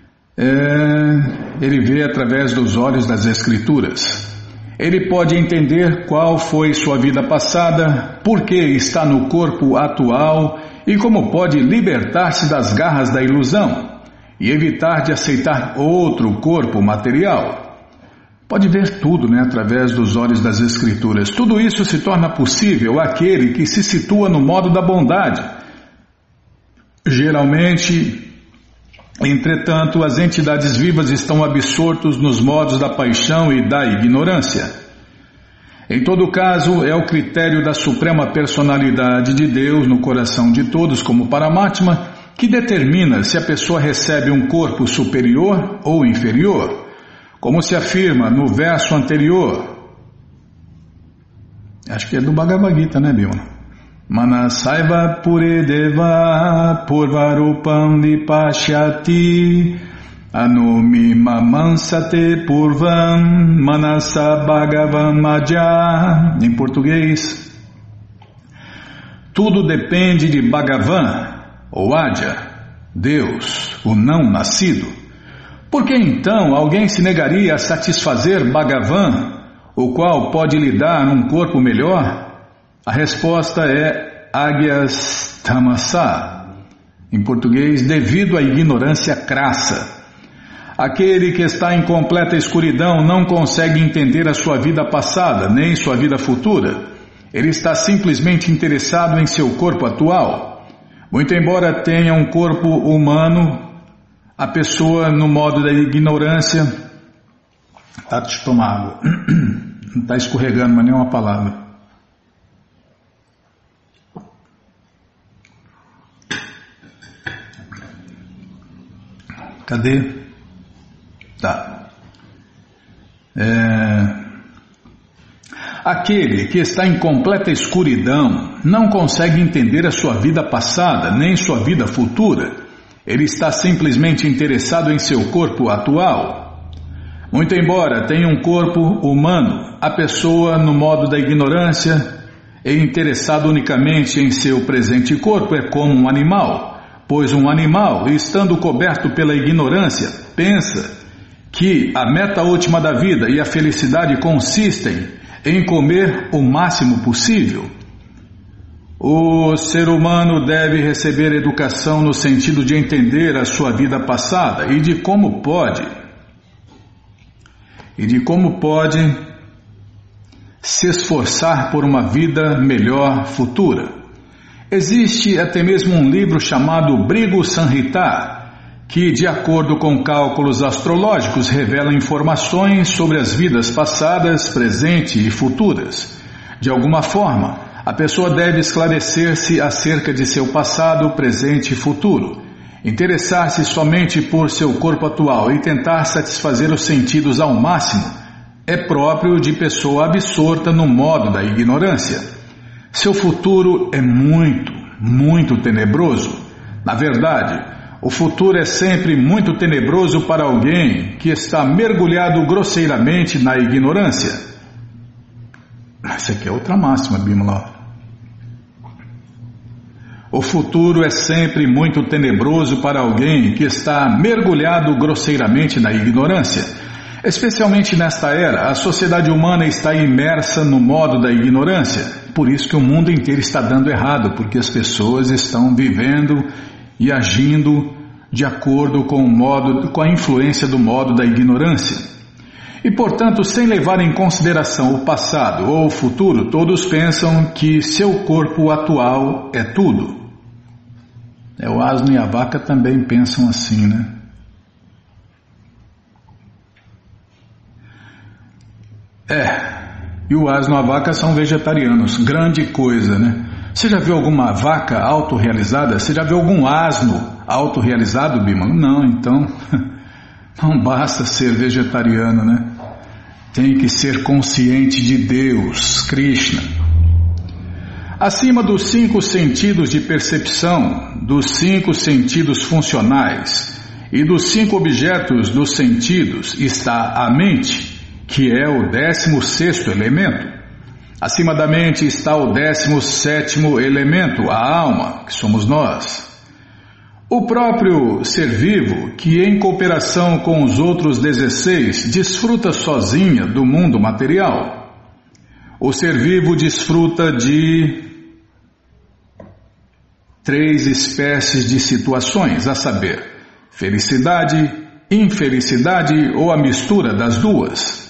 É, ele vê através dos olhos das escrituras. Ele pode entender qual foi sua vida passada, por que está no corpo atual e como pode libertar-se das garras da ilusão e evitar de aceitar outro corpo material. Pode ver tudo, né, através dos olhos das escrituras. Tudo isso se torna possível àquele que se situa no modo da bondade. Geralmente... Entretanto, as entidades vivas estão absortos nos modos da paixão e da ignorância. Em todo caso, é o critério da Suprema Personalidade de Deus no coração de todos, como Paramatma, que determina se a pessoa recebe um corpo superior ou inferior, como se afirma no verso anterior. Acho que é do Bhagavad Gita, né, Bima? Manasaiva puredeva purvarupam vipashyati anumi mamansate purvam manasa bhagavan madhya. Em português, tudo depende de Bhagavan, ou Adya, Deus, o não nascido. Por que então alguém se negaria a satisfazer Bhagavan, o qual pode lhe dar um corpo melhor? A resposta é Agyas Tamasa, em português, devido à ignorância crassa. Aquele que está em completa escuridão não consegue entender a sua vida passada, nem sua vida futura. Ele está simplesmente interessado em seu corpo atual. Muito embora tenha um corpo humano, a pessoa, no modo da ignorância... Tá, deixa eu tomar água. Não está escorregando mais nenhuma palavra. Cadê? Tá. É... Aquele que está em completa escuridão não consegue entender a sua vida passada, nem sua vida futura. Ele está simplesmente interessado em seu corpo atual. Muito embora tenha um corpo humano, a pessoa, no modo da ignorância, é interessada unicamente em seu presente corpo, é como um animal. Pois um animal, estando coberto pela ignorância, pensa que a meta última da vida e a felicidade consistem em comer o máximo possível. O ser humano deve receber educação no sentido de entender a sua vida passada e de como pode, e de como pode se esforçar por uma vida melhor futura. Existe até mesmo um livro chamado Brigu Samhita, que, de acordo com cálculos astrológicos, revela informações sobre as vidas passadas, presentes e futuras. De alguma forma, a pessoa deve esclarecer-se acerca de seu passado, presente e futuro. Interessar-se somente por seu corpo atual e tentar satisfazer os sentidos ao máximo é próprio de pessoa absorta no modo da ignorância. Seu futuro é muito, muito tenebroso. Na verdade, o futuro é sempre muito tenebroso para alguém que está mergulhado grosseiramente na ignorância. Essa aqui é outra máxima, Bimala. O futuro é sempre muito tenebroso para alguém que está mergulhado grosseiramente na ignorância. Especialmente nesta era, a sociedade humana está imersa no modo da ignorância. Por isso que o mundo inteiro está dando errado, porque as pessoas estão vivendo e agindo de acordo com o modo, com a influência do modo da ignorância. E, portanto, sem levar em consideração o passado ou o futuro, todos pensam que seu corpo atual é tudo. É, o asno e a vaca também pensam assim, né? É, e o asno e a vaca são vegetarianos, grande coisa, né? Você já viu alguma vaca autorrealizada? Você já viu algum asno autorrealizado, Bimala? Não, então não basta ser vegetariano, né? Tem que ser consciente de Deus, Krishna. Acima dos cinco sentidos de percepção, dos cinco sentidos funcionais e dos cinco objetos dos sentidos está a mente, que é o décimo sexto elemento. Acima da mente está o décimo sétimo elemento, a alma, que somos nós. O próprio ser vivo, que em cooperação com os outros dezesseis, desfruta sozinha do mundo material. O ser vivo desfruta de três espécies de situações, a saber, felicidade, infelicidade ou a mistura das duas.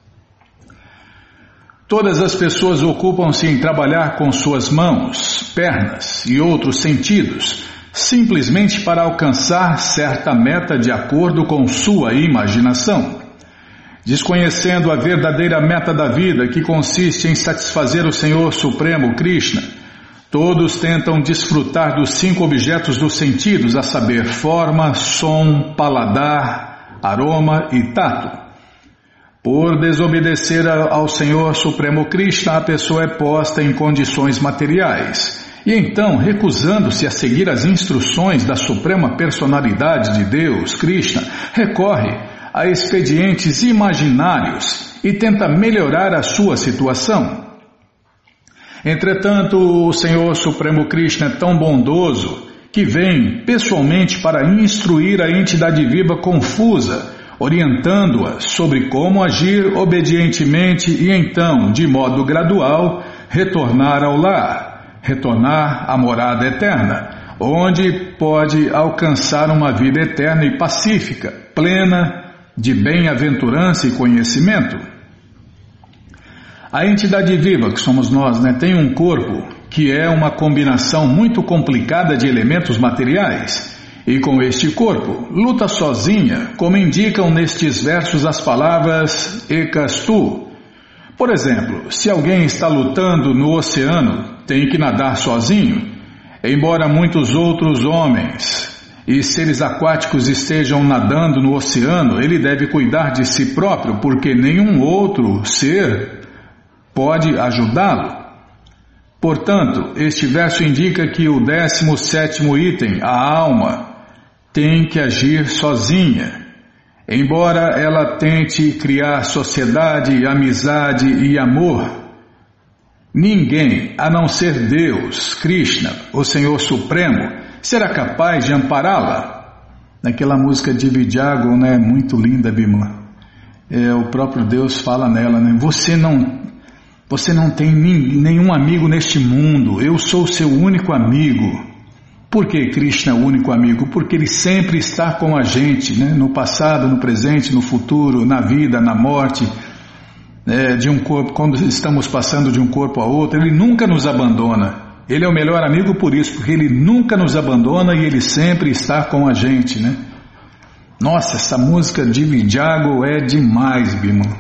Todas as pessoas ocupam-se em trabalhar com suas mãos, pernas e outros sentidos, simplesmente para alcançar certa meta de acordo com sua imaginação. Desconhecendo a verdadeira meta da vida, que consiste em satisfazer o Senhor Supremo Krishna, todos tentam desfrutar dos cinco objetos dos sentidos, a saber, forma, som, paladar, aroma e tato. Por desobedecer ao Senhor Supremo Krishna, a pessoa é posta em condições materiais. E então, recusando-se a seguir as instruções da Suprema Personalidade de Deus, Krishna, recorre a expedientes imaginários e tenta melhorar a sua situação. Entretanto, o Senhor Supremo Krishna é tão bondoso que vem pessoalmente para instruir a entidade viva confusa, orientando-a sobre como agir obedientemente e então, de modo gradual, retornar ao lar, retornar à morada eterna, onde pode alcançar uma vida eterna e pacífica, plena de bem-aventurança e conhecimento. A entidade viva, que somos nós, né, tem um corpo que é uma combinação muito complicada de elementos materiais. E com este corpo, luta sozinha, como indicam nestes versos as palavras Ekastu. Por exemplo, se alguém está lutando no oceano, tem que nadar sozinho, embora muitos outros homens e seres aquáticos estejam nadando no oceano, ele deve cuidar de si próprio, porque nenhum outro ser pode ajudá-lo. Portanto, este verso indica que o décimo sétimo item, a alma, tem que agir sozinha. Embora ela tente criar sociedade, amizade e amor, ninguém, a não ser Deus, Krishna, o Senhor Supremo, será capaz de ampará-la. Naquela música de Vidyago, né, muito linda, Bimala. É, o próprio Deus fala nela, né? Você não, você não tem nenhum amigo neste mundo, eu sou seu único amigo. Por que Krishna é o único amigo? Porque ele sempre está com a gente, né? No passado, no presente, no futuro, na vida, na morte, é, de um corpo, quando estamos passando de um corpo a outro, ele nunca nos abandona. Ele é o melhor amigo por isso, porque ele nunca nos abandona e ele sempre está com a gente, né? Nossa, essa música de Vidyago é demais, Bimala.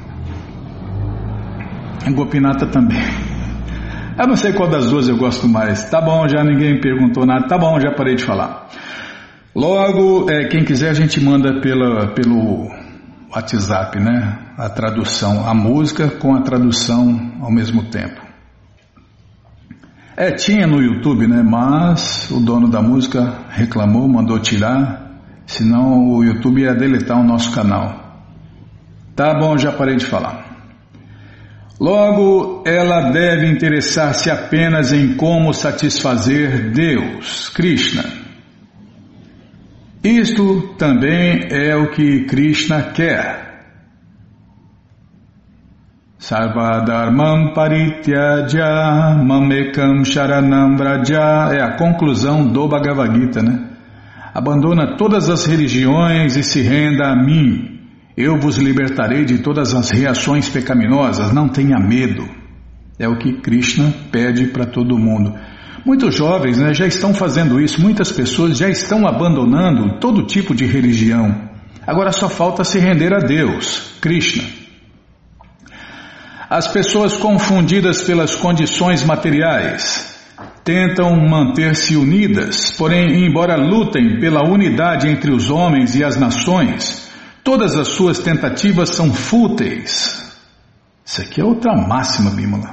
A Gopinata também. Eu não sei qual das duas eu gosto mais. Tá bom, já ninguém perguntou nada. Tá bom, já parei de falar. Logo, é, quem quiser a gente manda pela, pelo WhatsApp, né? A tradução, a música com a tradução ao mesmo tempo. É, tinha no YouTube, né? Mas o dono da música reclamou, mandou tirar, senão o YouTube ia deletar o nosso canal. Tá bom, já parei de falar. Logo, ela deve interessar-se apenas em como satisfazer Deus, Krishna. Isto também é o que Krishna quer. Sarvadharmam parityaja mamekam sharanam vraja é a conclusão do Bhagavad Gita, né? Abandona todas as religiões e se renda a mim. Eu vos libertarei de todas as reações pecaminosas, não tenha medo. É o que Krishna pede para todo mundo. Muitos jovens, né, já estão fazendo isso, muitas pessoas já estão abandonando todo tipo de religião. Agora só falta se render a Deus, Krishna. As pessoas confundidas pelas condições materiais tentam manter-se unidas, porém, embora lutem pela unidade entre os homens e as nações, todas as suas tentativas são fúteis. Isso aqui é outra máxima, Bimala.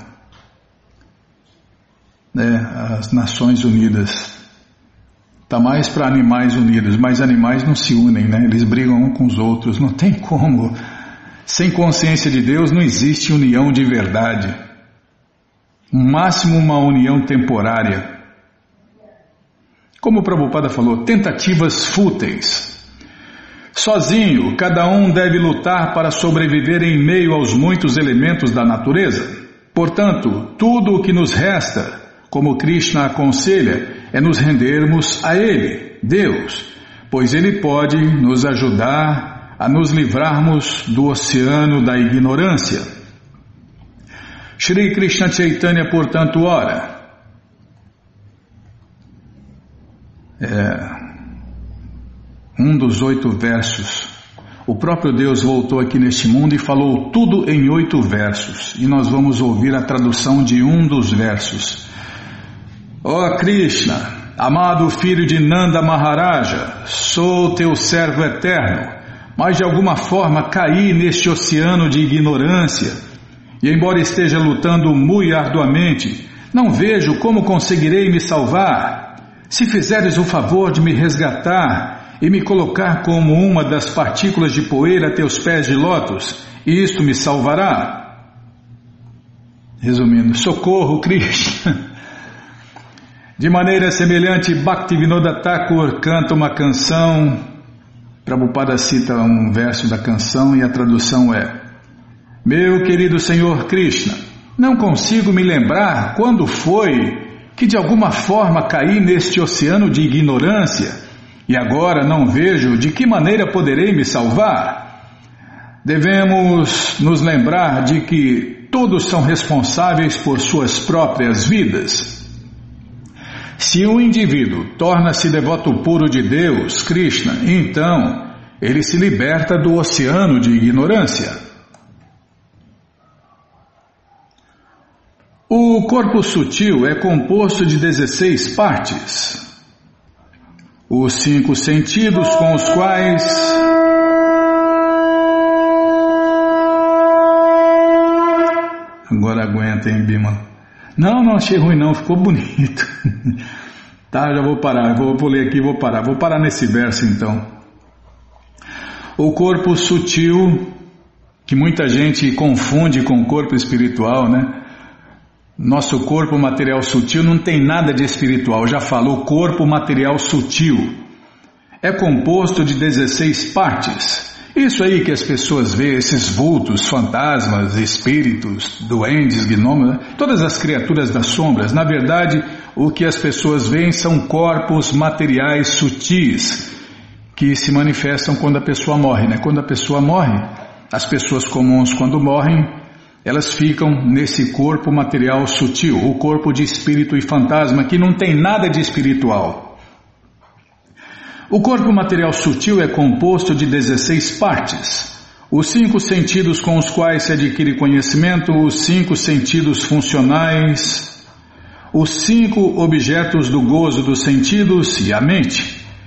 É, as Nações Unidas. Está mais para animais unidos, mas animais não se unem, né? Eles brigam um com os outros, não tem como. Sem consciência de Deus não existe união de verdade. No máximo uma união temporária. Como o Prabhupada falou, tentativas fúteis. Sozinho, cada um deve lutar para sobreviver em meio aos muitos elementos da natureza. Portanto, tudo o que nos resta, como Krishna aconselha, é nos rendermos a Ele, Deus, pois Ele pode nos ajudar a nos livrarmos do oceano da ignorância. Shri Krishna Chaitanya, portanto, ora. É... Um dos oito versos. O próprio Deus voltou aqui neste mundo e falou tudo em oito versos. E nós vamos ouvir a tradução de um dos versos. Ó Krishna, amado filho de Nanda Maharaja, sou teu servo eterno, mas de alguma forma caí neste oceano de ignorância. E embora esteja lutando muito arduamente, não vejo como conseguirei me salvar. Se fizeres o favor de me resgatar e me colocar como uma das partículas de poeira a teus pés de lótus, isto me salvará. Resumindo, socorro, Krishna. De maneira semelhante, Bhaktivinoda Thakur canta uma canção. Prabhupada cita um verso da canção e a tradução é: meu querido Senhor Krishna, não consigo me lembrar quando foi que de alguma forma caí neste oceano de ignorância. E agora não vejo de que maneira poderei me salvar. Devemos nos lembrar de que todos são responsáveis por suas próprias vidas. Se um indivíduo torna-se devoto puro de Deus, Krishna, então ele se liberta do oceano de ignorância. O corpo sutil é composto de dezesseis partes. Os cinco sentidos com os quais agora aguenta, hein, Bima? Não, não achei ruim não, ficou bonito. Tá, já vou parar, vou, vou ler aqui, vou parar. Vou parar nesse verso então. O corpo sutil, que muita gente confunde com o corpo espiritual, né? Nosso corpo material sutil não tem nada de espiritual, já falou corpo material sutil. É composto de dezesseis partes. Isso aí que as pessoas veem, esses vultos, fantasmas, espíritos, duendes, gnomos, né? Todas as criaturas das sombras, na verdade, o que as pessoas veem são corpos materiais sutis, que se manifestam quando a pessoa morre, né? Quando a pessoa morre, as pessoas comuns quando morrem, elas ficam nesse corpo material sutil, o corpo de espírito e fantasma, que não tem nada de espiritual. O corpo material sutil é composto de dezesseis partes. Os cinco sentidos com os quais se adquire conhecimento, os cinco sentidos funcionais, os cinco objetos do gozo dos sentidos e a mente.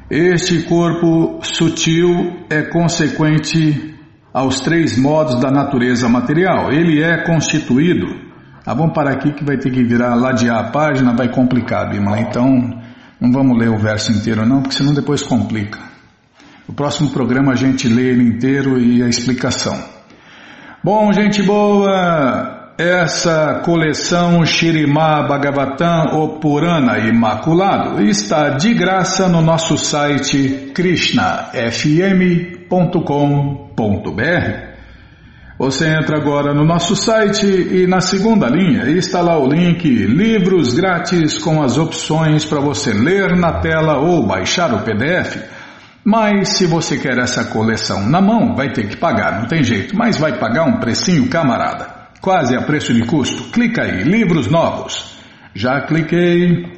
Este corpo sutil é consequente aos três modos da natureza material. Ele é constituído... Ah, vamos parar aqui que vai ter que virar ladear a página, vai complicar, Bimala. Então, não vamos ler o verso inteiro não, porque senão depois complica. No próximo programa a gente lê ele inteiro e a explicação. Bom, gente boa, essa coleção Śrīmad Bhagavatam, o Purana Imaculado, está de graça no nosso site krishna f m ponto com ponto b r. Você entra agora no nosso site e na segunda linha está lá o link Livros Grátis com as opções para você ler na tela ou baixar o P D F. Mas se você quer essa coleção na mão, vai ter que pagar, não tem jeito, mas vai pagar um precinho, camarada, quase a preço de custo. Clica aí, Livros Novos. Já cliquei.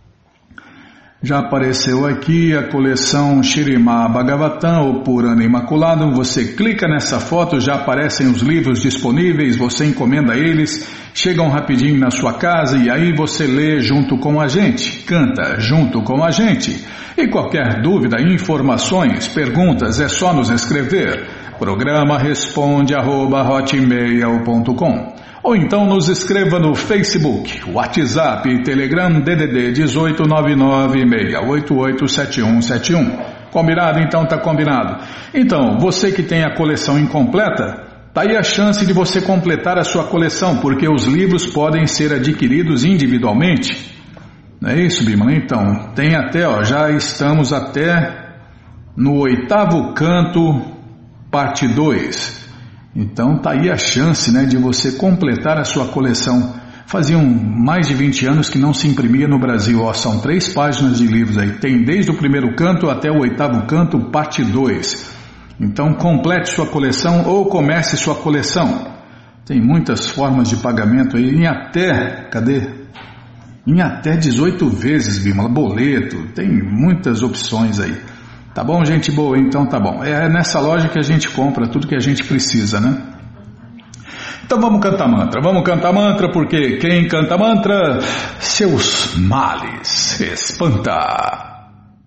Já apareceu aqui a coleção Śrīmad Bhagavatam, o Purana Imaculado. Você clica nessa foto, já aparecem os livros disponíveis, você encomenda eles, chegam rapidinho na sua casa e aí você lê junto com a gente, canta junto com a gente. E qualquer dúvida, informações, perguntas, é só nos escrever. Programa responde arroba hotmail ponto com. Ou então nos escreva no Facebook, WhatsApp e Telegram D D D dezoito nove nove seis oito oito sete um sete um. Combinado? Então tá combinado. Então, você que tem a coleção incompleta, tá aí a chance de você completar a sua coleção, porque os livros podem ser adquiridos individualmente. Não é isso, Bimala? Então, tem até, ó, já estamos até no oitavo canto, parte dois. Então tá aí a chance, né, de você completar a sua coleção. Faziam mais de vinte anos que não se imprimia no Brasil. Ó, são três páginas de livros aí. Tem desde o primeiro canto até o oitavo canto, parte dois. Então complete sua coleção ou comece sua coleção. Tem muitas formas de pagamento aí, em até, cadê? Em até dezoito vezes, Bimala, boleto, tem muitas opções aí. Tá bom, gente boa? Então tá bom. É nessa loja que a gente compra tudo que a gente precisa, né? Então vamos cantar mantra. Vamos cantar mantra, porque quem canta mantra, seus males espanta.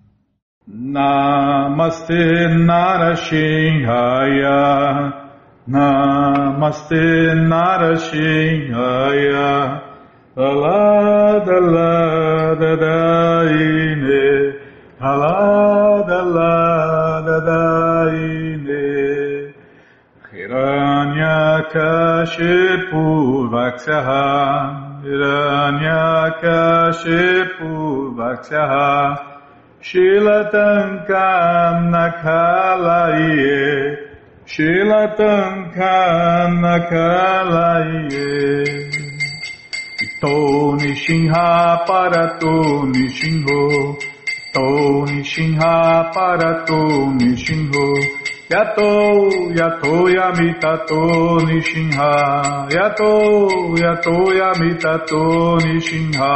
Namaste Narashinhaya, Namaste Narashinhaya, Aladaladaine, Aladaladaine, Hiranyakashipu Vaksyaha, Hiranyakashipu Vaksyaha, Shilatankam Nakalaye, Shilatankam Nakalaye, Ito Nishinha Parato Nishinho, Ito Nishinha Parato Nishinho, Yato Yato Yamitato Nishinha, Yato Yato Yamitato Nishinha,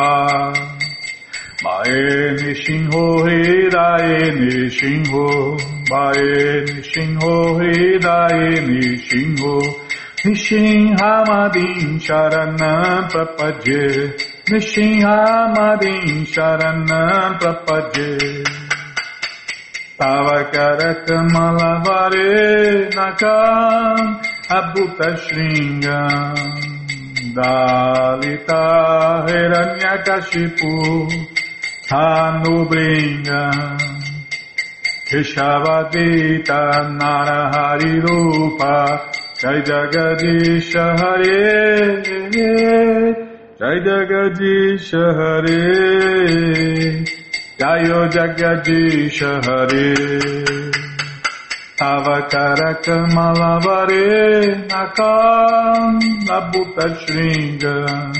Mae Nishinho Hidae Nishinho, Mae Nishinho Hidae Nishinho, Nishinhamadin Sharanam Prapadye, Nishinhamadin Sharanam Prapadye, Tavakarakamalabhare Nakam Abhuta Shringam, Dalita Hiranyakashipu Tanubringam, Keshavadita Narahari Rupa, Jai Jagadisha Hare, Jai Jagadisha Hare, Jayo Jagadisha Hare, Tavakarakamalabhare Nakam Abhuta Shringam,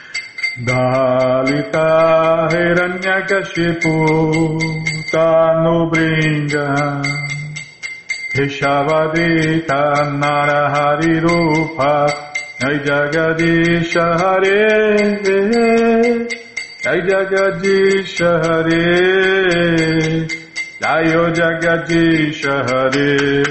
Dalita Hiranyakashipu Tanubringam, Keshavadita Narahari Rupa, Jai Jagadisha Hare, Jai Jagadisha Hare, Jayo Jagadisha Hare,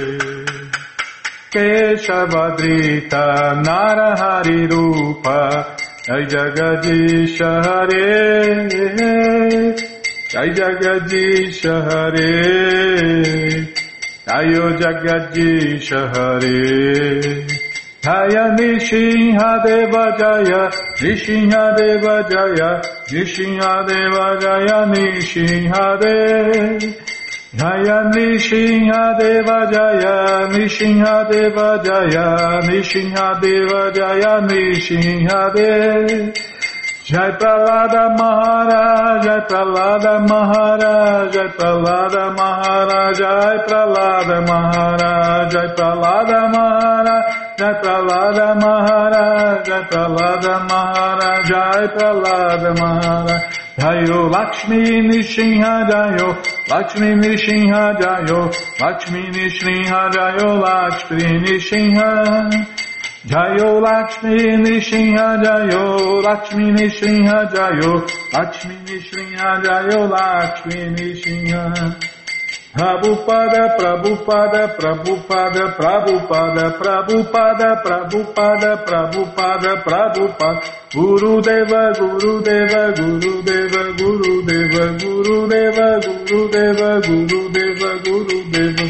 Keshavadita Narahari Rupa, Jai Jagadisha Hare, Jai Jagadisha Hare, Jayo Jagadisha Hare, Jaya Nishinha Deva Jaya, Nishinha Deva Jaya, Nishinha Deva Jaya, Nishinha Deva Jaya, Nishinha Deva Jaya, Nishinha Deva Jaya, Nishinha Deva Jaya, Nishinha Deva Jai Pralada Maharaj, Jai Pralada Maharaj, Jai Pralada Maharaj, Jai Pralada Maharaj, Jai Pralada Maharaj, Jai Pralada Maharaj, Jai Pralada Maharaj, Jai Pralada Maharaj, Jayo Lakshmi Nishinha Jayo, Lakshmi Nishinha Jayo, Lakshmi Nishinha Jayo, Lakshmi Nishinha Jayo Lakshmi Nishinha Jayo, Lakshmi Nishinha Jayo, Lakshmi Nishinha Jayo, Lakshmi Nishinha. Prabhupada, Prabhupada, Prabhupada, Prabhupada, Prabhupada, Prabhupada, Prabhupada, Prabhupada, Gurudeva, Gurudeva, Gurudeva, Gurudeva, Gurudeva, Gurudeva, Gurudeva, Gurudeva.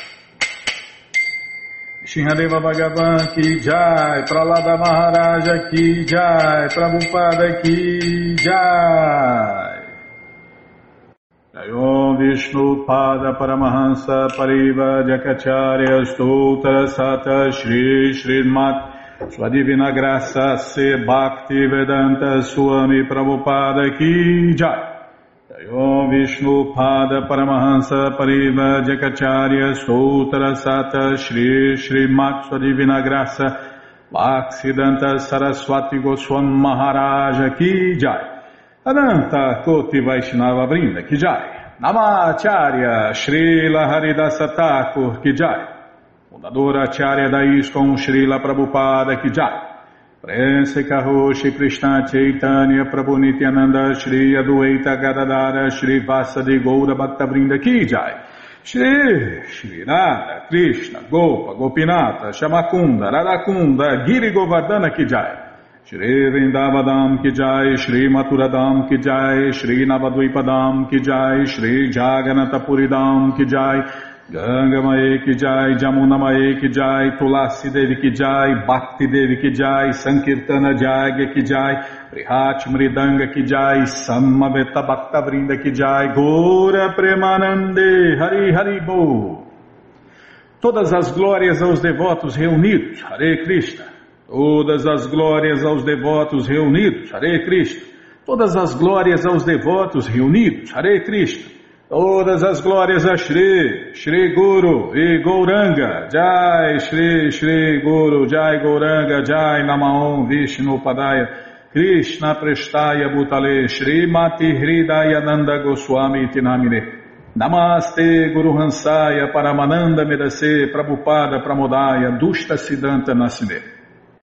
Shinhadeva Bhagavan ki jai, Pralada Maharaja ki jai, Prabhupada ki jai. Jayom Vishnu Pada Paramahansa Pariva Jakacharya Stoutra Sata Shri Srimat Sua Divina Graça Se Bhakti Vedanta Swami Prabhupada ki jai. Jayom Vishnu Pada Paramahansa Pariva Jakacharya Stoutra Sata Shri Srimat Sua Divina Graça Bhaksidanta Saraswati Goswam Maharaja ki jai. Ananta Koti Vaishnava Vrinda ki jai. Namacharya Srila Haridasa Thakur ki jai. Fundadora Acharya da ISKCON Srila Prabhupada ki jai. Prense Kaho Shri Krishna Chaitanya Prabhu Nityananda Shri Adueta Gadadara Shri Vasadi Goura Bhakta Vrinda ki jai. Shri Shri Radha Krishna Gopa Gopinata Shamakunda Radakunda Giri Govardhana ki jai. Shri Vrindavadam ki jai, Shri Maturadam ki jai, Shri Navadvipadam ki jai, Shri Jaganatapuridam ki jai, Ganga Mae ki jai, Jamuna Mae ki jai, Tulasi Devi ki jai, Bhakti Devi ki jai, Sankirtana Jagya ki jai, Prihat Mridanga ki jai, Samaveta Bhakta Vrinda ki jai, Gora Premanande, Hari Hari Bo. Todas as glórias aos devotos reunidos, Hare Krishna. Todas as glórias aos devotos reunidos, Hare Krishna. Todas as glórias aos devotos reunidos, Hare Krishna. Todas as glórias a Shri, Shri Guru e Gauranga. Jai Shri, Shri Guru, Jai Gauranga, Jai Namaon Vishnu Padaya, Krishna Prestaya Bhutale, Shri Mati Hridaya Nanda Goswami Tinamine. Namaste Guru Hansaya Paramananda Medase Prabhupada Pramodaya Dushta Siddhanta Nasine.